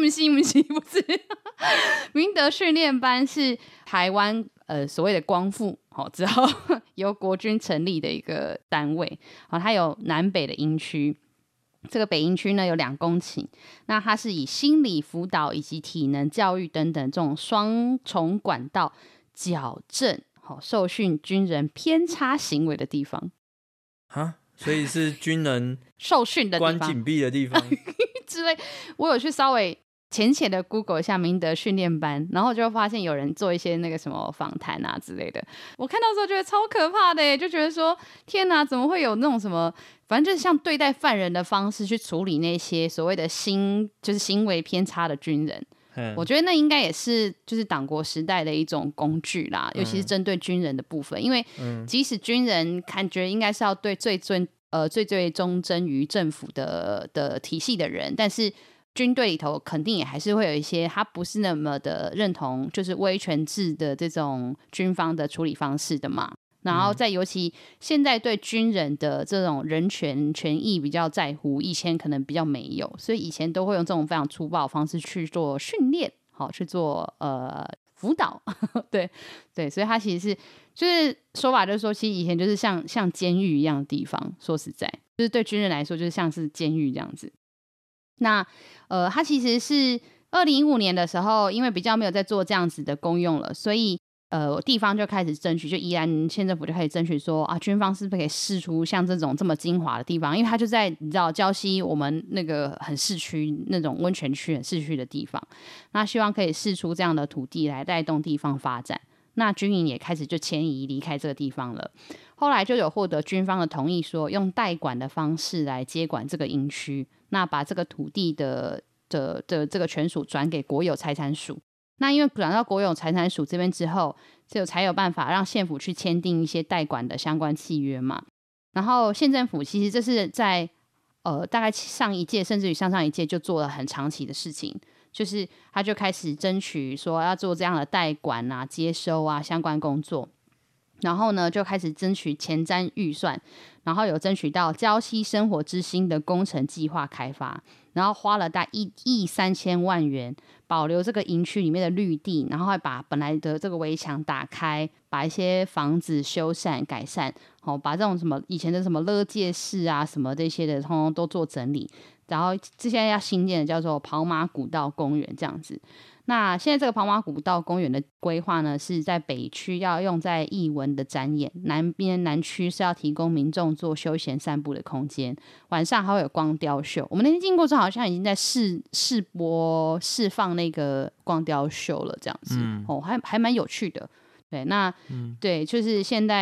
明德训练班是台湾所谓的光复之后由国军成立的一个单位，它有南北的营区。这个北营区呢有2公顷，那它是以心理辅导以及体能教育等等这种双重管道矫正受训军人偏差行为的地方。 所以是军人受训的地方， 关紧闭的地方之类。我有去稍微浅浅的 Google 一下明德训练班，然后就发现有人做一些那个什么访谈啊之类的。我看到之后觉得超可怕的耶，就觉得说天哪，怎么会有那种什么，反正就是像对待犯人的方式去处理那些所谓的就是行为偏差的军人。我觉得那应该也是就是党国时代的一种工具啦，尤其是针对军人的部分，因为即使军人感觉应该是要对最忠贞于政府的体系的人，但是军队里头肯定也还是会有一些他不是那么的认同就是威权制的这种军方的处理方式的嘛，然后再尤其现在对军人的这种人权权益比较在乎，以前可能比较没有，所以以前都会用这种非常粗暴的方式去做训练，去做辅导对，所以他其实是就是说法就是说，其实以前就是像监狱一样的地方，说实在就是对军人来说就是像是监狱这样子。那它其实是2015年的时候，因为比较没有在做这样子的功用了，所以地方就开始争取，就宜兰县政府就开始争取说军方是不是可以释出像这种这么精华的地方，因为它就在你知道礁溪我们那个很市区那种温泉区很市区的地方，那希望可以释出这样的土地来带动地方发展。那军营也开始就迁移离开这个地方了，后来就有获得军方的同意，说用代管的方式来接管这个营区，那把这个土地的这个权属转给国有财产署。那因为转到国有财产署这边之后，就才有办法让县府去签订一些代管的相关契约嘛。然后县政府其实这是在大概上一届甚至于上一届就做了很长期的事情，就是他就开始争取说要做这样的代管啊、接收啊相关工作，然后呢就开始争取前瞻预算，然后有争取到礁溪生活之星的工程计划开发，然后花了大概1亿3000万元保留这个营区里面的绿地，然后还把本来的这个围墙打开，把一些房子修缮改善，把这种什么以前的什么勒戒室啊什么这些的通通都做整理，然后现在要新建的叫做跑马古道公园这样子。那现在这个跑马古道公园的规划呢，是在北区要用在艺文的展演，南区是要提供民众做休闲散步的空间，晚上还会有光雕秀。我们那天经过之后好像已经在释放那个光雕秀了这样子，还蛮有趣的。对，那对，就是现在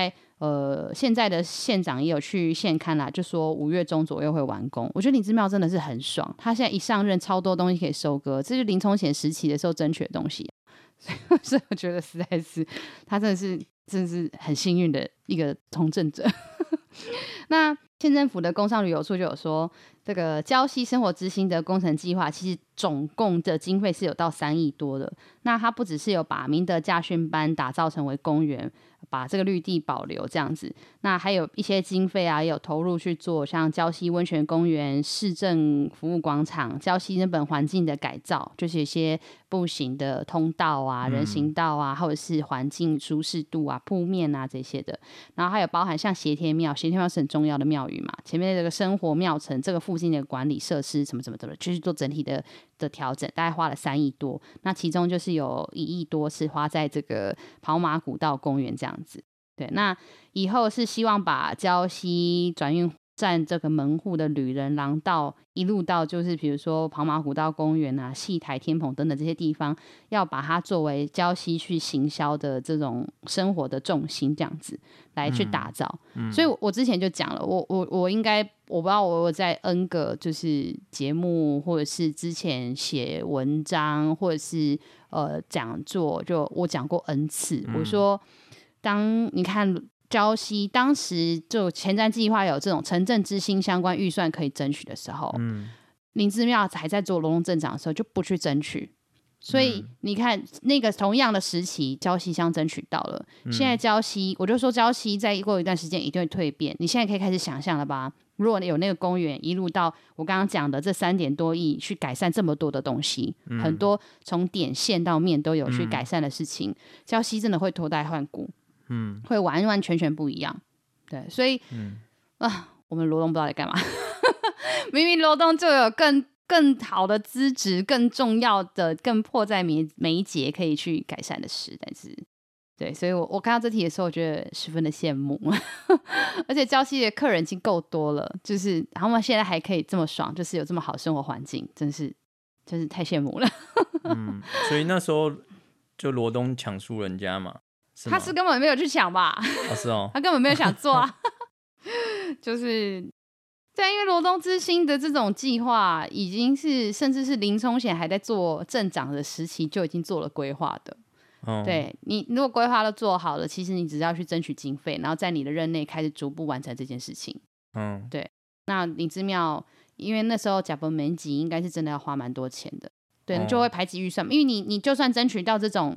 现在的县长也有去县看啦，就说5月中左右会完工。我觉得林姿妙真的是很爽，他现在一上任超多东西可以收割，这就是林聪贤时期的时候争取的东西，所以我觉得实在是他真的是很幸运的一个从政者。那县政府的工商旅游处就有说，这个礁溪生活之星的工程计划其实总共的经费是有到3亿多的。那它不只是有把明德驾训班打造成为公园，把这个绿地保留这样子，那还有一些经费啊也有投入去做像礁溪温泉公园、市政服务广场、礁溪日本环境的改造，就是一些步行的通道啊、人行道啊，或者是环境舒适度啊、铺面啊这些的。然后还有包含像协天庙，协天庙是很重要的庙宇嘛，前面的这个生活庙城，这个附近的管理设施什么就是做整体的调整，大概花了3亿多。那其中就是有1亿多是花在这个跑马古道公园这样子。对，那以后是希望把礁溪转运站这个门户的旅人廊道一路到就是比如说跑马古道公园啊、戏台、天棚等等这些地方，要把它作为礁溪去行销的这种生活的重心这样子来去打造。所以我之前就讲了，我应该我不知道我在 N 个就是节目或者是之前写文章或者是讲座，就我讲过 N 次，我说当你看礁溪当时就前瞻计划有这种城镇之星相关预算可以争取的时候，林姿妙还在做罗东镇长的时候就不去争取，所以你看那个同样的时期礁溪乡争取到了，现在礁溪我就说礁溪再过一段时间一定会蜕变，你现在可以开始想象了吧，如果有那个公园一路到我刚刚讲的这3点多亿去改善这么多的东西，很多从点线到面都有去改善的事情，礁溪真的会脱胎换骨，会完完全全不一样。对，所以我们罗东不知道在干嘛明明罗东就有更好的资质、更重要的、更迫在眉睫可以去改善的事，但是对，所以我看到这题的时候，我觉得十分的羡慕而且礁溪的客人已经够多了，就是他们现在还可以这么爽，就是有这么好的生活环境，真是太羡慕了所以那时候就罗东抢输人家嘛， 他是根本没有去抢吧是哦， 他根本没有想做啊就是对，因为罗东之星的这种计划已经是甚至是林聪贤还在做镇长的时期就已经做了规划的。对，你如果规划都做好了，其实你只要去争取经费，然后在你的任内开始逐步完成这件事情。对，那林姿妙因为那时候甲本mengi应该是真的要花蛮多钱的，对，你就会排挤预算，因为你就算争取到这种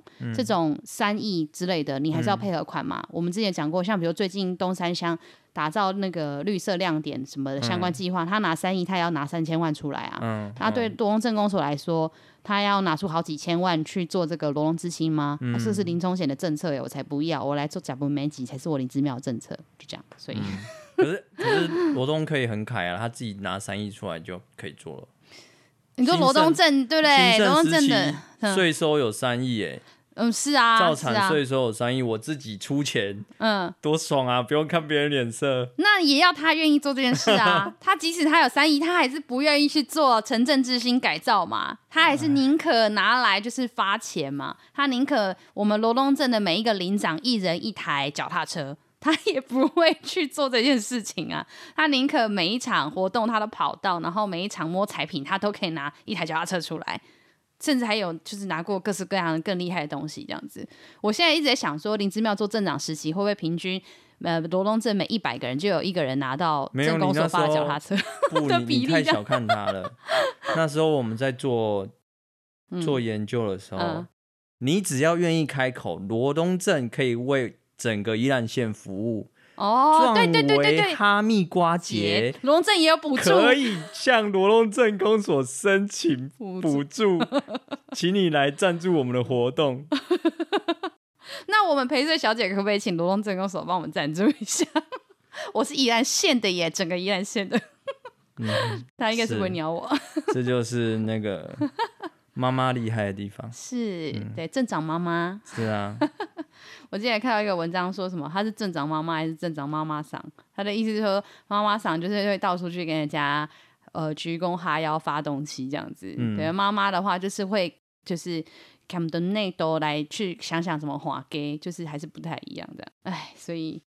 3亿之类的，你还是要配合款嘛。我们之前讲过，像比如最近东山乡打造那个绿色亮点什么的相关计划，他拿3亿，他也要拿3000万出来啊。他对罗东镇公所来说，他要拿出好几千万去做这个罗东之星吗？这是林聪贤的政策耶，我才不要，我来做甲本mengi才是我林姿妙的政策，就这样。所以， 可是罗东可以很凯啊，他自己拿3亿出来就可以做了。 你说罗东镇对不对？罗东镇的税收有3亿耶。 是啊， 造产税收有3亿，我自己出钱，多爽啊！不用看别人脸色。 那也要他愿意做这件事啊。他即使他有3亿，他还是不愿意去做城镇之星改造嘛。他还是宁可拿来就是发钱嘛。他宁可我们罗东镇的每一个里长1人1台脚踏车，他也不会去做这件事情啊。他宁可每一场活动他都跑到，然后每一场摸彩品他都可以拿1台脚踏车出来。甚至还有就是拿过各式各样的更厉害的东西这样子。我现在一直在想说林姿妙做镇长时期会不会平均罗东镇每100个人就有1个人拿到镇公所发的脚踏车的比例。 你太小看他了那时候我们在做研究的时候你只要愿意开口，罗东镇可以为整个宜兰县服务对对对对对， 哈密瓜节罗东镇也有补助， 可以向罗东镇公所申请补助请你来赞助我们的活动那我们陪睡小姐可不可以请罗东镇公所帮我们赞助一下我是宜兰县的耶，整个宜兰县的他应该是不会鸟我这就是那个妈妈厉害的地方是对镇长妈妈是啊我之前看到一个文章说什么他是镇长妈妈还是镇长妈妈桑，他的意思是说妈妈桑就是会到处去跟人家鞠躬哈腰发动机这样子对，妈妈的话就是会就是他们的内斗来去想想怎么划给，就是还是不太一样的。哎，所以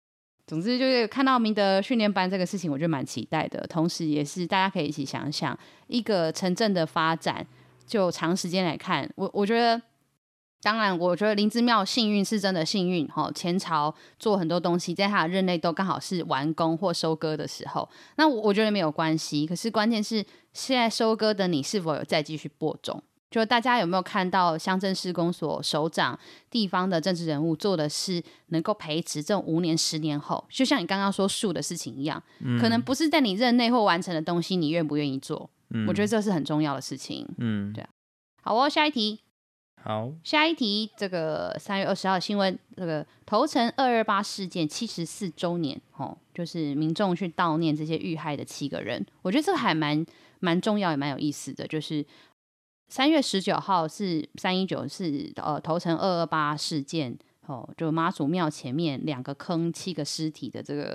总之就是看到明德训练班这个事情，我觉得蛮期待的。同时，也是大家可以一起想想，一个城镇的发展，就长时间来看，我觉得，当然，我觉得林之妙幸运是真的幸运。前朝做很多东西，在他的任内都刚好是完工或收割的时候，那我觉得没有关系。可是关键是，现在收割的你是否有再继续播种？就大家有没有看到乡镇市公所首长、地方的政治人物做的是能够培植这种5年、10年后，就像你刚刚说树的事情一样，可能不是在你任内或完成的东西，你愿不愿意做？我觉得这是很重要的事情。对啊。好哦，下一题。 好， 下一题，这个3月20号的新闻，这个头城228事件74周年，就是民众去悼念这些遇害的7个人，我觉得这个还蛮重要，也蛮有意思的，就是。3月19号是319是头城228事件，就妈祖庙前面2个坑7个尸体的这个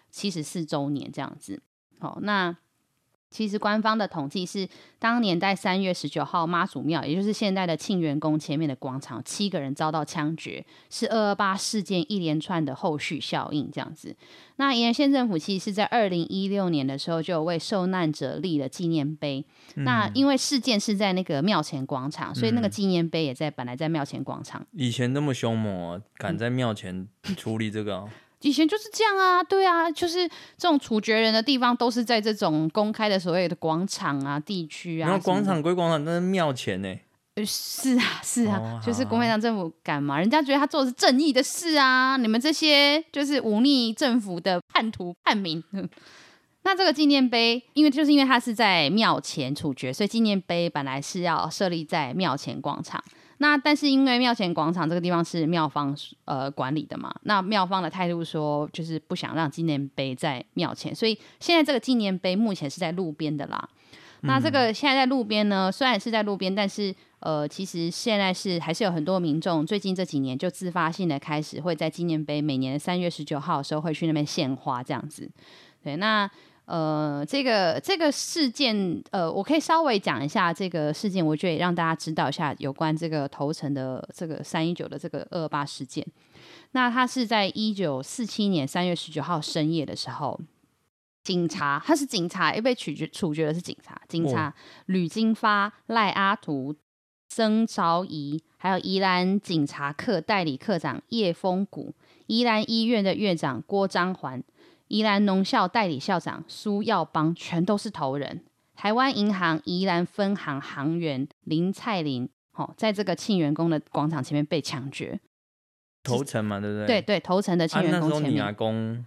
74周年这样子。那其实官方的统计是，当年在3月19号妈祖庙，也就是现在的庆元宫前面的广场，7个人遭到枪决，是228事件一连串的后续效应这样子。那宜兰县政府其实是在2016年的时候就有为受难者立了纪念碑。那因为事件是在那个庙前广场，所以那个纪念碑也本来在庙前广场。 以前那么凶猛敢在庙前处理这个以前就是这样啊，对啊，就是这种处决人的地方都是在这种公开的所谓的广场啊、地区啊。 然后广场归广场，但是庙前呢？ 是啊，就是国民党政府敢嘛？人家觉得他做的是正义的事啊，你们这些就是忤逆政府的叛徒叛民。那这个纪念碑，因为他是在庙前处决，所以纪念碑本来是要设立在庙前广场。那但是因为庙前广场这个地方是庙方管理的嘛，那庙方的态度说就是不想让纪念碑在庙前，所以现在这个纪念碑目前是在路边的啦。那这个现在在路边呢，虽然是在路边，但是其实现在还是有很多民众最近这几年就自发性的开始会在纪念碑每年的3月19号的时候会去那边献花这样子。对，那这个事件，我可以稍微讲一下这个事件，我觉得也让大家知道一下有关这个头城的这个319的这个228事件。那他是在1947年3月19号深夜的时候，他是警察，被处决的是警察吕金发、赖阿图、曾昭仪，还有宜兰警察课代理课长叶丰谷、宜兰医院的院长郭章环、宜兰农校代理校长苏耀邦，全都是头人。台湾银行宜兰分行行员林蔡玲，在这个庆元宫的广场前面被枪决。 头城嘛，对不对？ 对，头城的庆元宫前面。 那时候你阿公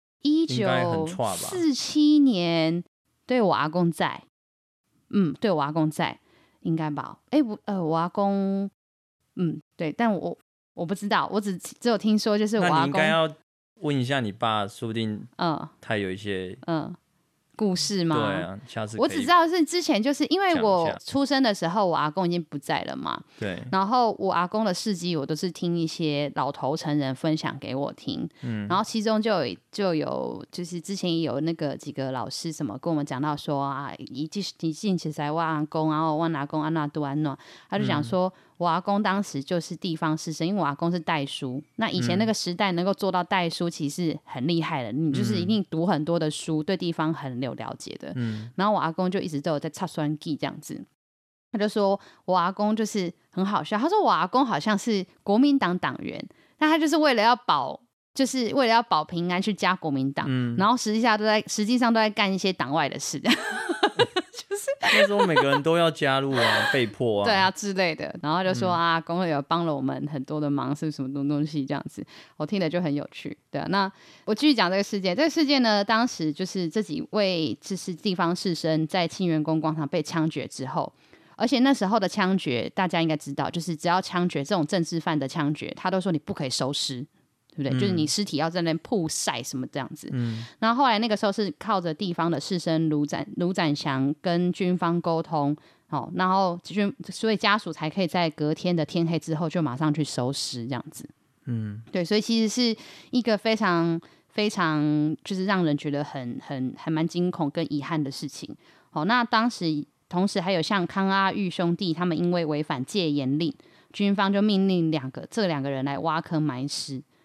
1947年，对我阿公在，对我阿公在，应该吧？我阿公，对，但我不知道，我只有听说，就是我阿公。 那你应该要问一下你爸，说不定他有一些故事吗？ 对啊，下次我只知道是之前就是因为我出生的时候，我阿公已经不在了嘛。 对。 然后我阿公的事迹，我都是听一些老头成人分享给我听。然后其中就有就是之前也有那个几个老师什么跟我们讲到说啊，一进起来我阿公，然后我阿公安那都安那，他就讲说。我阿公当时就是地方士绅，因为我阿公是代书。那以前那个时代能够做到代书，其实很厉害的。你就是一定读很多的书，对地方很有了解的。然后我阿公就一直都有在插酸记这样子。他就说我阿公就是很好笑，他说我阿公好像是国民党党员，那他就是为了要保平安去加国民党，然后实际上都在干一些党外的事。 那时候每个人都要加入啊，被迫啊， 对啊之类的，然后就说啊，公会有帮了我们很多的忙，是什么东西这样子，我听了就很有趣。对啊，那我继续讲这个事件。这个事件呢，当时就是这几位就是地方士绅在庆元宫广场被枪决之后，而且那时候的枪决大家应该知道，就是只要枪决这种政治犯的枪决，他都说你不可以收尸。对不对？就是你尸体要在那边曝晒什么这样子。然后后来那个时候是靠着地方的士绅卢展祥跟军方沟通，然后所以家属才可以在隔天的天黑之后就马上去收尸这样子。对，所以其实是一个非常非常就是让人觉得还蛮惊恐跟遗憾的事情。那当时同时还有像康阿玉兄弟他们因为违反戒严令，军方就命令这两个人来挖坑埋尸。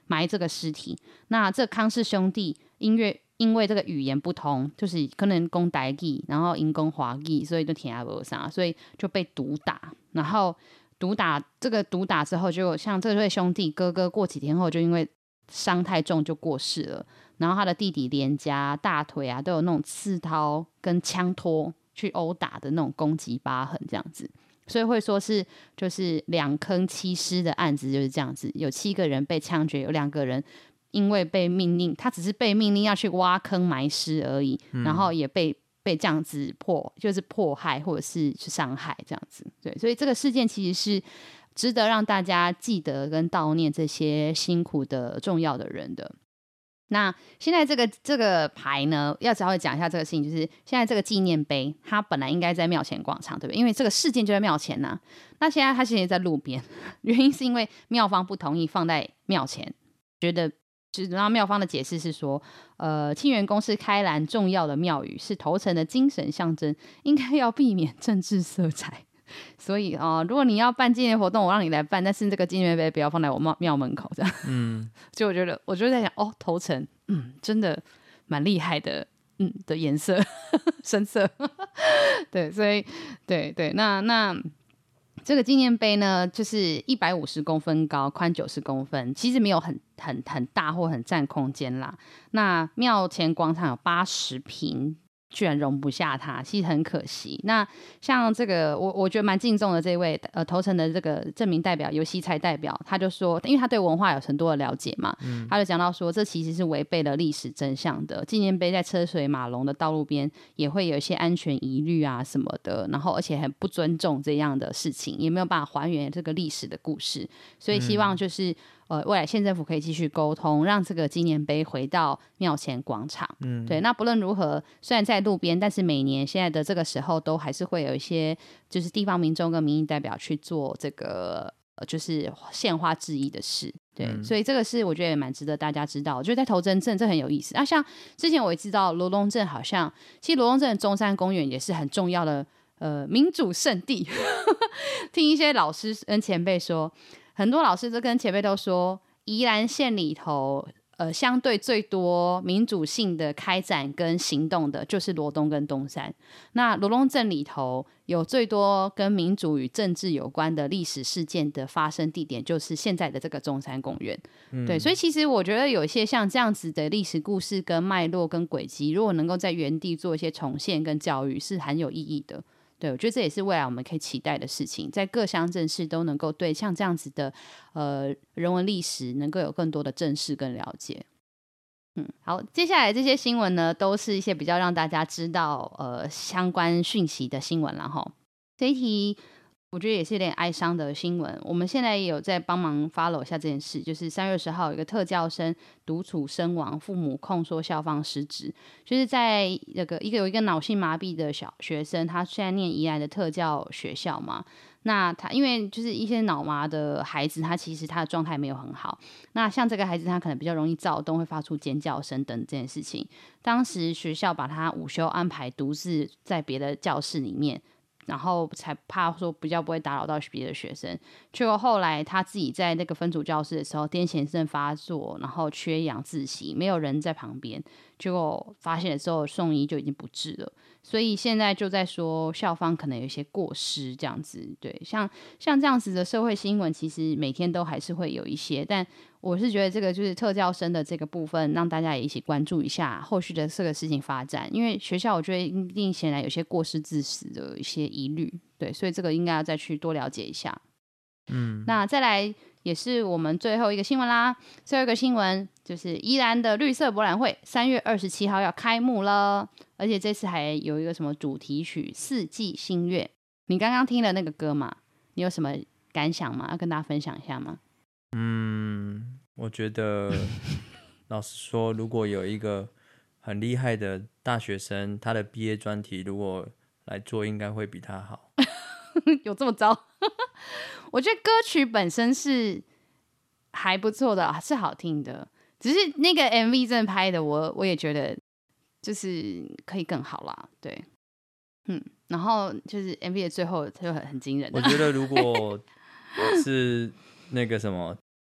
埋这个尸体。那这康氏兄弟因为这个语言不同，就是可能讲台语，然后因讲华语，所以就听不懂，所以就被毒打。然后毒打之后，就像这对兄弟哥哥过几天后就因为伤太重就过世了。然后他的弟弟脸颊、大腿啊都有那种刺刀跟枪托去殴打的那种攻击疤痕，这样子。所以会说是就是2坑7尸的案子就是这样子，有7个人被枪决，有2个人因为被命令，他只是被命令要去挖坑埋尸而已，然后也被这样子就是迫害或者是伤害这样子。对，所以这个事件其实是值得让大家记得跟悼念这些辛苦的重要的人的。那现在这个牌呢，要稍微讲一下这个事情，就是现在这个纪念碑，它本来应该在庙前广场，对不对？因为这个事件就在庙前呐、那现在它现在在路边，原因是因为庙方不同意放在庙前，觉得然后庙方的解释是说，庆元宫是开兰重要的庙宇，是头城的精神象征，应该要避免政治色彩。所以如果你要办纪念活动，我让你来办，但是这个纪念碑不要放在我庙门口这样。所以我就在想，头城，真的蛮厉害的，的颜色深色，对，所以对，那这个纪念碑呢，就是150公分高，宽90公分，其实没有很大或很占空间啦。那庙前广场有80坪。居然容不下它，其实很可惜。那像这个我觉得蛮敬重的这位头城的这个证明代表游锡才代表，他就说，因为他对文化有很多的了解嘛，他就讲到说，这其实是违背了历史真相的。纪念碑在车水马龙的道路边也会有一些安全疑虑啊什么的，然后而且很不尊重这样的事情，也没有办法还原这个历史的故事，所以希望就是未来县政府可以继续沟通，让这个纪念碑回到庙前广场。对，那不论如何，虽然在路边，但是每年现在的这个时候，都还是会有一些就是地方民众跟民意代表去做这个就是献花致意的事。对，所以这个是我觉得也蛮值得大家知道。我觉得在头城镇这很有意思啊。像之前我也知道罗东镇好像，其实罗东镇的中山公园也是很重要的民主圣地。听一些老师跟前辈说。很多老师都跟前辈都说，宜兰县里头，相对最多民主性的开展跟行动的，就是罗东跟东山。那罗东镇里头有最多跟民主与政治有关的历史事件的发生地点，就是现在的这个中山公园。对，所以其实我觉得有一些像这样子的历史故事跟脉络跟轨迹，如果能够在原地做一些重现跟教育，是很有意义的。对，我觉得这也是未来我们可以期待的事情，在各乡镇市都能够对像这样子的人文历史能够有更多的正视跟了解。好，接下来这些新闻呢，都是一些比较让大家知道相关讯息的新闻啦齁。这一题我觉得也是有点哀伤的新闻，我们现在也有在帮忙 follow 一下这件事，就是3月20号有一个特教生独处身亡，父母控说校方失职，就是在有一个脑性麻痹的小学生，他现在念宜兰的特教学校嘛，那他因为就是一些脑麻的孩子，他其实他的状态没有很好，那像这个孩子他可能比较容易躁动，会发出尖叫声等这件事情，当时学校把他午休安排独自在别的教室里面，然后才怕说比较不会打扰到别的学生，结果后来他自己在那个分组教室的时候，癫痫症发作，然后缺氧窒息，没有人在旁边，结果发现的时候送医就已经不治了，所以现在就在说校方可能有一些过失这样子。对，像这样子的社会新闻，其实每天都还是会有一些，但我是觉得这个就是特教生的这个部分，让大家也一起关注一下后续的这个事情发展，因为学校我觉得一定显然有些过失致死的一些疑虑，对，所以这个应该要再去多了解一下。那再来也是我们最后一个新闻啦，最后一个新闻就是宜兰的绿色博览会3月27号要开幕了，而且这次还有一个什么主题曲《四季新月》，你刚刚听了那个歌嘛，你有什么感想吗？要跟大家分享一下吗？ 我觉得老实说，如果有一个很厉害的大学生，他的毕业专题如果来做，应该会比他好。 有这么糟？我觉得歌曲本身是还不错的，是好听的，只是那个 MV 真的拍的我也觉得就是可以更好啦，对，然后就是 MV 的最后就很惊人。 我觉得如果是那个什么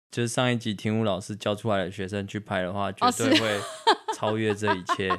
就是上一集庭武老师教出来的学生去拍的话，绝对会超越这一切。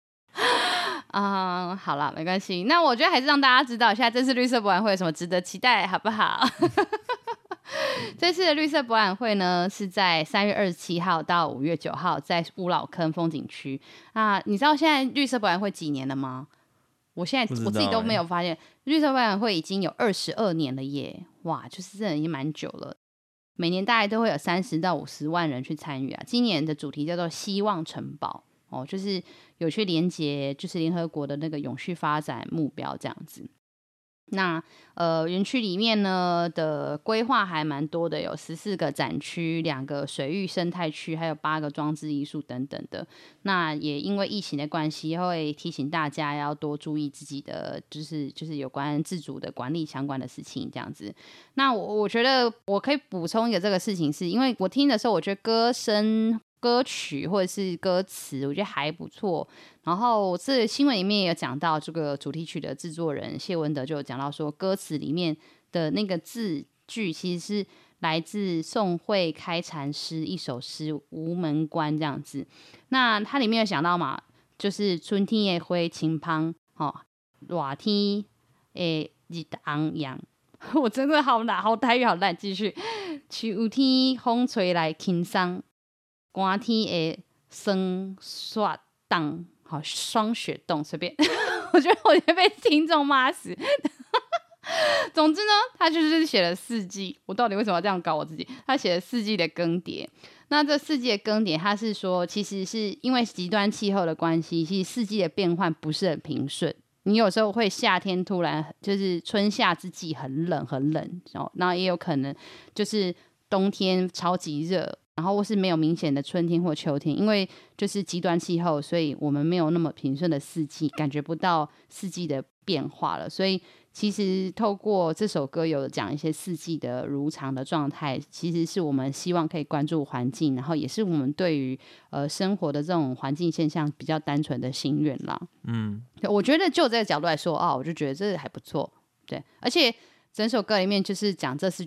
好啦，没关系。那我觉得还是让大家知道一下，这次绿色博览会有什么值得期待，好不好？这次的绿色博览会呢，是在3月27号到5月9号，在乌老坑风景区。你知道现在绿色博览会几年了吗？我现在我自己都没有发现，绿色博览会已经有22年了耶！哇，就是真的已经蛮久了。每年大概都会有30到50万人去参与啊。今年的主题叫做希望城堡哦，就是有去连结就是联合国的那个永续发展目标这样子。那园区里面呢的规划还蛮多的，有14个展区、2个水域生态区，还有8个装置艺术等等的。那也因为疫情的关系，会提醒大家要多注意自己的，就是有关自主的管理相关的事情这样子。那我觉得我可以补充一个这个事情是，因为我听的时候，我觉得歌曲或者是歌词，我觉得还不错。然后这新闻里面也有讲到，这个主题曲的制作人谢文德就有讲到说，歌词里面的那个字句其实是来自宋慧开禅师一首诗《无门关》这样子。那它里面有讲到嘛，就是春天的花青芳，热天的日昂扬。我真的好台语好烂，继续。秋天风吹来轻松。寒天的霜雪冻，好霜雪冻，随便。我觉得我会被听众骂死。总之呢，他就是写了4季。我到底为什么要这样搞我自己？他写了4季的更迭。那这4季的更迭，他是说，其实是因为极端气候的关系，其实4季的变换不是很平顺。你有时候会夏天突然就是春夏之际很冷，然后也有可能就是冬天超级热。然后或是没有明显的春天或秋天，因为就是极端气候，所以我们没有那么平顺的4季，感觉不到4季的变化了。所以其实透过这首歌有讲一些4季的如常的状态，其实是我们希望可以关注环境，然后也是我们对于生活的这种环境现象比较单纯的心愿啦。我觉得就这个角度来说我就觉得这还不错。对，而且整首歌里面就是讲这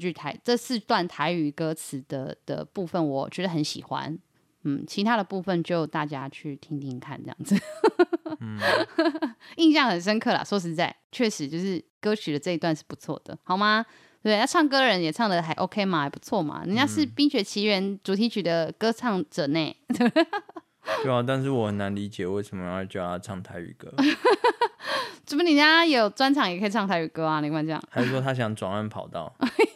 4段台语歌词的部分，我觉得很喜欢。其他的部分就大家去听听看，这样子。印象很深刻啦。说实在，确实就是歌曲的这一段是不错的，好吗？对，那唱歌的人也唱的还 OK 嘛，还不错嘛。人家是《冰雪奇缘》主题曲的歌唱者呢。 对啊，但是我很难理解为什么要叫他唱台语歌。 怎么人家有专场也可以唱台语歌啊？你看这样， 还是说他想转换跑道？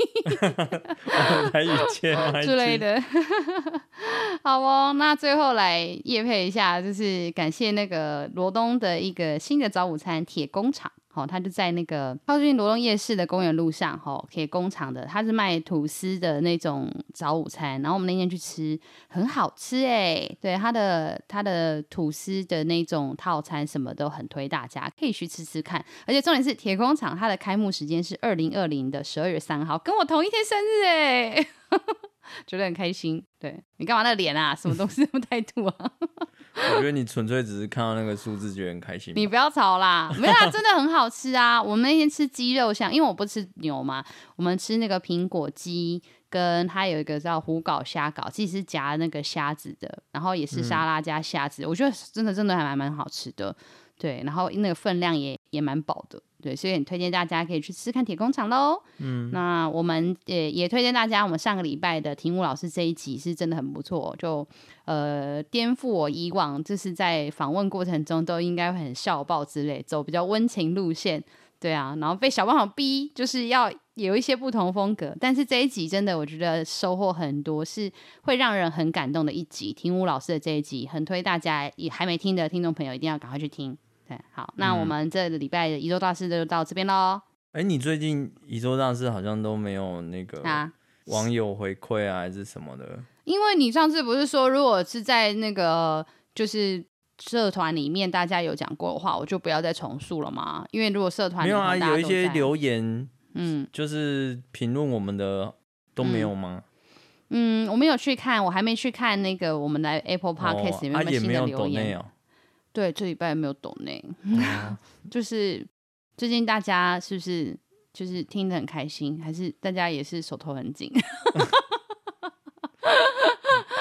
台语切之类的。好哦，那最后来业配一下，就是感谢那个罗东的一个新的早午餐铁工厂。他就在那个靠近罗东夜市的公园路上，铁工厂的，他是卖吐司的那种早午餐，然后我们那天去吃，很好吃耶。对，他的吐司的那种套餐什么都很推大家，可以去吃吃看。而且重点是铁工厂它的开幕时间是2020的12月3号，跟我同一天生日哎。觉得很开心。对，你干嘛那个脸啊？什么东西这么态度啊？ 我觉得你纯粹只是看到那个数字觉得很开心。 你不要吵啦，没有啦，真的很好吃啊！我们那天吃鸡肉香，因为我不吃牛嘛，我们吃那个苹果鸡，跟它有一个叫胡搞虾搞，其实是夹那个虾子的，然后也是沙拉加虾子，我觉得真的还蛮好吃的。对，然后那个分量也蛮饱的。对，所以很推荐大家可以去吃看铁工厂咯。那我们也推荐大家，我们上个礼拜的庭武老师这一集是真的很不错，就颠覆我以往就是在访问过程中都应该会很笑爆之类，走比较温情路线。对啊，然后被小帮手逼就是要有一些不同风格，但是这一集真的我觉得收获很多，是会让人很感动的一集。庭武老师的这一集很推大家，也还没听的听众朋友一定要赶快去听。对，好，那我们这个礼拜的宜州大事就到这边咯。 你最近宜州大事好像都没有那个网友回馈啊，还是什么的？ 因为你上次不是说，如果是在那个就是社团里面大家有讲过的话，我就不要再重述了嘛。因为如果社团没有啊，有一些留言，就是评论我们的都没有吗？ 我没有去看，我还没去看那个我们的 Apple Podcast 里面有没有新的留言。对，这礼拜没有抖内。就是最近大家是不是就是听得很开心，还是大家也是手头很紧？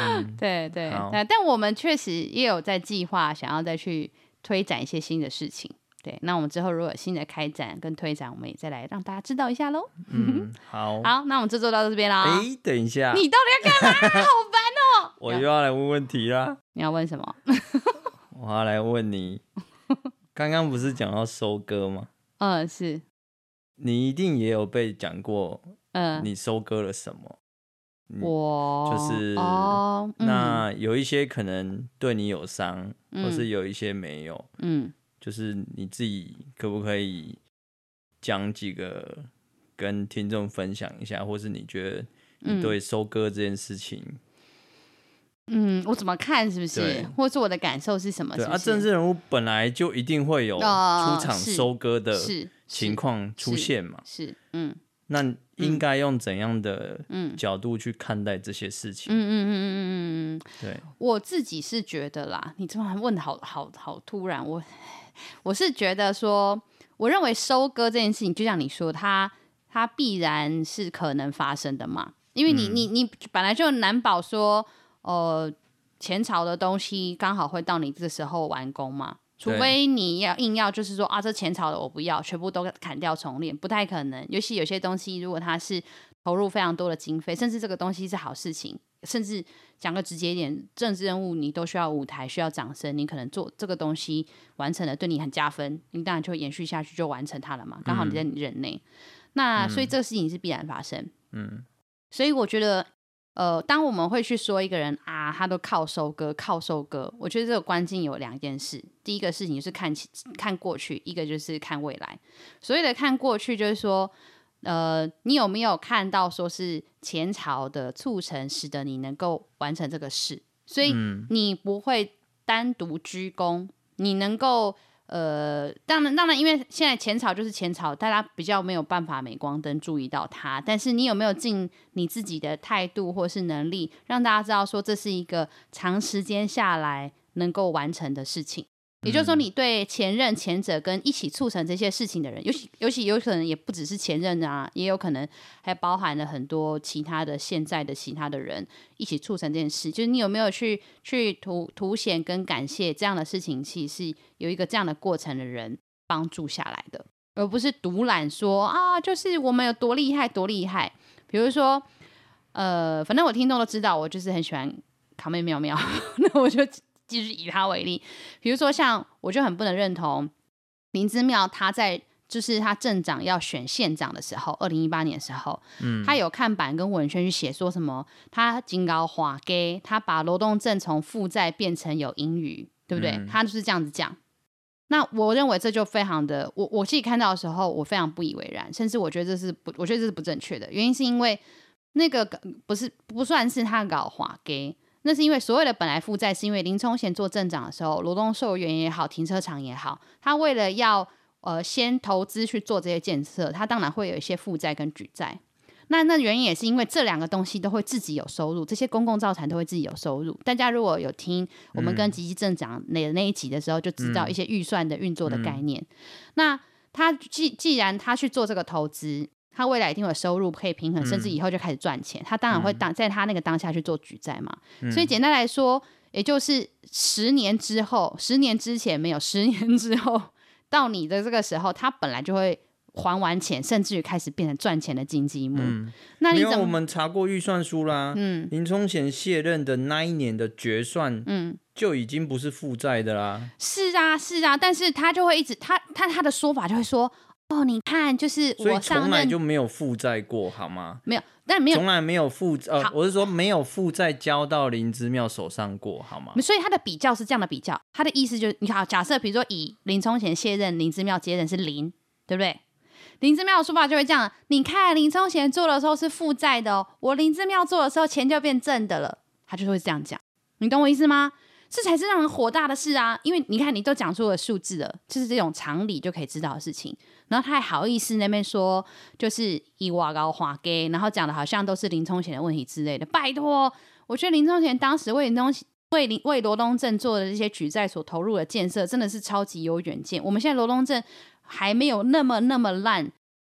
对对，但我们确实也有在计划想要再去推展一些新的事情。对，那我们之后如果有新的开展跟推展，我们也再来让大家知道一下咯。 好， 那我们这周到这边啦。 等一下， 你到底要干嘛？好烦哦！ 我又要来问问题啦。 你要问什么？ 我要来问你，刚刚不是讲到收割吗？ 是。 你一定也有被讲过，你收割了什么？就是那有一些可能对你有伤，或是有一些没有。就是你自己可不可以讲几个跟听众分享一下，或是你觉得你对收割这件事情， 我怎么看是不是？或是我的感受是什么？ 对啊，政治人物本来就一定会有出场收割的情况出现嘛。是，那应该用怎样的角度去看待这些事情？对， 我自己是觉得啦，你突然问的好突然，我是觉得说，我认为收割这件事情，就像你说，它必然是可能发生的嘛，因为你本来就难保说，前朝的东西刚好会到你这时候完工嘛。除非你硬要就是说这前朝的我不要，全部都砍掉重练，不太可能。尤其有些东西，如果它是投入非常多的经费，甚至这个东西是好事情，甚至讲个直接一点，政治任务你都需要舞台，需要掌声，你可能做这个东西完成了，对你很加分，你当然就延续下去，就完成它了嘛。刚好你在你任内，那所以这个事情是必然发生。所以我觉得。当我们会去说一个人他都靠收割，我觉得这个关键有2件事。第一个事情就是看过去，一个就是看未来。所谓的看过去，就是说，你有没有看到说是前朝的促成，使得你能够完成这个事？所以你不会单独居功，你能够。当然，因为现在前朝就是前朝，大家比较没有办法镁光灯注意到它。但是你有没有尽你自己的态度或是能力，让大家知道说这是一个长时间下来能够完成的事情？也就是说，你对前者跟一起促成这些事情的人，尤其有可能也不只是前任啊，也有可能还包含了很多其他的现在的其他的人一起促成这件事。就是你有没有去凸显跟感谢这样的事情，其实是有一个这样的过程的人帮助下来的，而不是独揽说就是我们有多厉害多厉害。比如说反正我听众都知道，我就是很喜欢卡妹妙妙，那我就。继续以他为例，比如说像我就很不能认同林姿妙，他在就是他镇长要选县长的时候，2018年的时候，他有看板跟文宣去写说什么，他警告华给他把罗东镇从负债变成有盈余，对不对？他就是这样子讲。那我认为这就非常的，我自己看到的时候，我非常不以为然，甚至我觉得这是不正确的。原因是因为那个不算是他搞华给。那是因为所谓的本来负债，是因为林聪贤做镇长的时候，罗东寿园也好，停车场也好，他为了要先投资去做这些建设，他当然会有一些负债跟举债。那原因也是因为这2个东西都会自己有收入，这些公共造产都会自己有收入。大家如果有听我们跟吉吉镇长那一集的时候，就知道一些预算的运作的概念。那他既然他去做这个投资，他未来一定有收入可以平衡，甚至以后就开始赚钱。他当然会在他那个当下去做举债嘛。所以简单来说，也就是10年之后，10年之前没有，10年之后到你的这个时候，他本来就会还完钱，甚至于开始变成赚钱的经济幕。那你我们查过预算书啦，林聪贤卸任的那一年的决算，就已经不是负债的啦。 是啊，但是他就会一直他的说法就会说。你看，就是我上任， 所以从来就没有负债过，好吗？ 没有，但没有， 从来没有我是说没有负债交到林姿妙手上过，好吗？ 所以他的比较是这样的比较，他的意思就是，你好，假设比如说以林聪贤卸任，林姿妙接任是0，对不对？林姿妙的说法就会这样，你看林聪贤做的时候是负债的我林姿妙做的时候钱就变正的了，他就会这样讲，你懂我意思吗？这才是让人火大的事啊！因为你看，你都讲出了数字了，就是这种常理就可以知道的事情。然后他还好意思那边说，就是以瓦高华给，然后讲的好像都是林聪贤的问题之类的。拜托，我觉得林聪贤当时为罗东镇做的这些举债所投入的建设，真的是超级有远见。我们现在罗东镇还没有那么烂，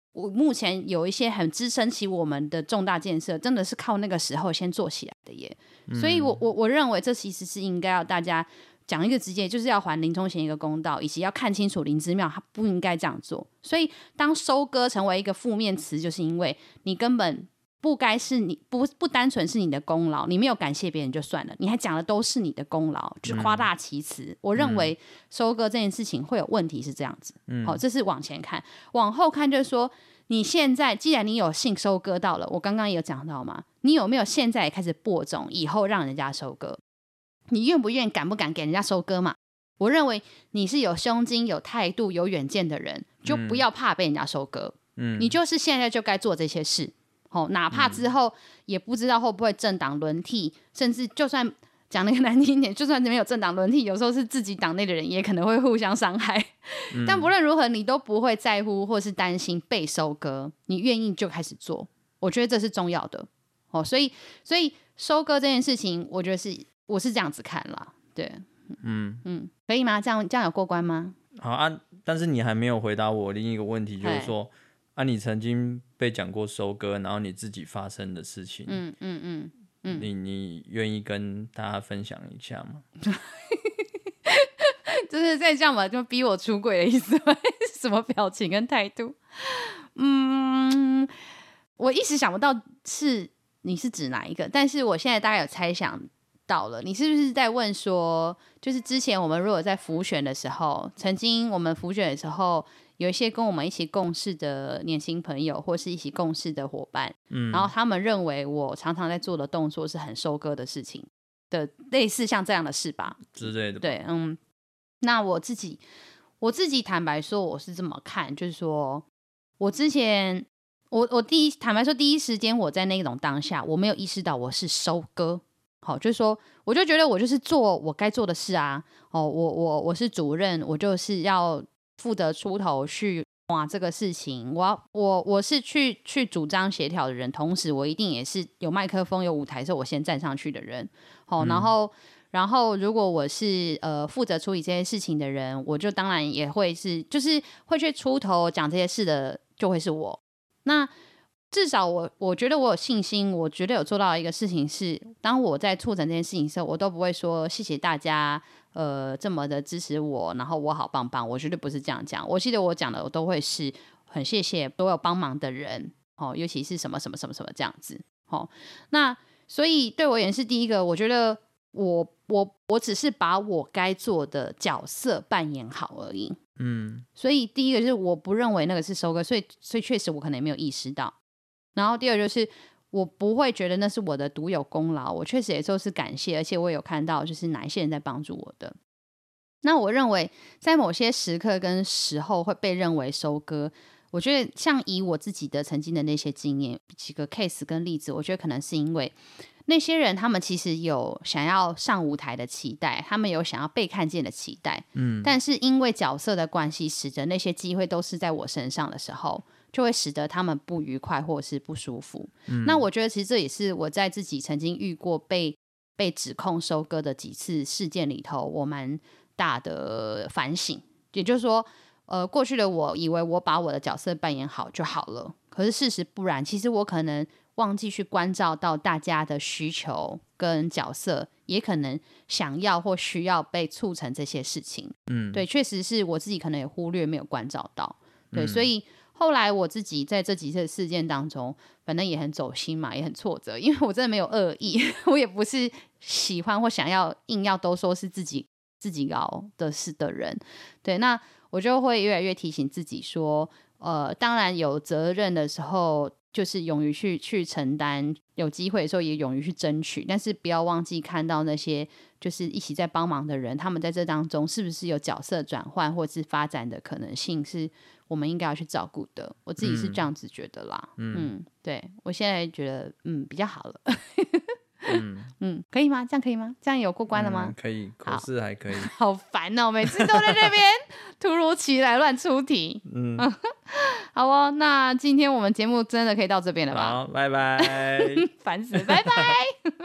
我目前有一些很支撑起我们的重大建设，真的是靠那个时候先做起来的耶。所以我认为这其实是应该要大家讲一个直接，就是要还林宗贤一个公道，以及要看清楚林之妙他不应该这样做。所以当收割成为一个负面词，就是因为你根本不该是你不单纯是你的功劳，你没有感谢别人就算了，你还讲的都是你的功劳，就夸大其词。我认为收割这件事情会有问题是这样子。好，这是往前看。往后看就是说，你现在既然你有幸收割到了，我刚刚也有讲到嘛，你有没有现在也开始播种，以后让人家收割？你愿不愿意，敢不敢给人家收割嘛？我认为你是有胸襟、有态度、有远见的人，就不要怕被人家收割。你就是现在就该做这些事。哪怕之后也不知道会不会政党轮替，甚至就算讲那个难听一点，就算没有政党轮替，有时候是自己党内的人也可能会互相伤害。但不论如何，你都不会在乎或是担心被收割，你愿意就开始做，我觉得这是重要的。所以收割这件事情，我觉得我是这样子看啦。对，可以吗？这样有过关吗？ 好啊，但是你还没有回答我另一个问题，就是说你曾经被讲过收割，然后你自己发生的事情，你愿意跟大家分享一下吗？ 就是在这样嘛，就逼我出柜的意思吗？什么表情跟态度？我一时想不到你是指哪一个，但是我现在大概有猜想到了，你是不是在问说，就是之前我们如果在辅选的时候，曾经我们辅选的时候，有一些跟我们一起共事的年轻朋友，或是一起共事的伙伴，然后他们认为我常常在做的动作是很收割的事情的，类似像这样的事吧之类的。 对，那我自己坦白说，我是这么看，就是说我之前我坦白说，第一时间我在那种当下，我没有意识到我是收割。好，就是说，我就觉得我就是做我该做的事啊。我是主任，我就是要负责出头去这个事情。我是去主张协调的人，同时我一定也是有麦克风有舞台的时候我先站上去的人。好，然后如果我是负责处理这些事情的人，我就当然也会是就是会去出头讲这些事的，就会是我。那至少我觉得我有信心，我觉得有做到一个事情是，当我在促成这件事情的时候，我都不会说谢谢大家这么的支持我，然后我好棒棒，我绝对不是这样讲。我记得我讲的我都会是很谢谢所有帮忙的人，尤其是什么什么什么什么这样子。那所以对我也是第一个，我觉得我只是把我该做的角色扮演好而已。所以第一个就是我不认为那个是收割，所以确实我可能也没有意识到。然后第二就是我不会觉得那是我的独有功劳，我确实也都是感谢，而且我有看到就是哪一些人在帮助我的。那我认为在某些时刻跟时候会被认为收割，我觉得像以我自己的曾经的那些经验，几个 case 跟例子，我觉得可能是因为那些人他们其实有想要上舞台的期待，他们有想要被看见的期待，但是因为角色的关系，使得那些机会都是在我身上的时候，就会使得他们不愉快或者是不舒服。那我觉得其实这也是我在自己曾经遇过被指控收割的几次事件里头，我蛮大的反省。也就是说过去的我以为我把我的角色扮演好就好了，可是事实不然，其实我可能忘记去关照到大家的需求跟角色，也可能想要或需要被促成这些事情。对，确实是我自己可能也忽略没有关照到。对，所以后来我自己在这几次事件当中，反正也很走心嘛，也很挫折，因为我真的没有恶意，我也不是喜欢或想要硬要都说是自己搞的事的人。对，那我就会越来越提醒自己说，当然有责任的时候，就是勇于去承担，有机会的时候也勇于去争取，但是不要忘记看到那些就是一起在帮忙的人，他们在这当中是不是有角色转换或是发展的可能性，是我们应该要去照顾的。我自己是这样子觉得啦。对，我现在觉得比较好了。可以吗？这样可以吗？这样有过关了吗？ 可以，口试还可以。 好烦哦，每次都在这边突如其来乱出题。好哦，那今天我们节目真的可以到这边了吧？ 好，拜拜。 烦死，拜拜。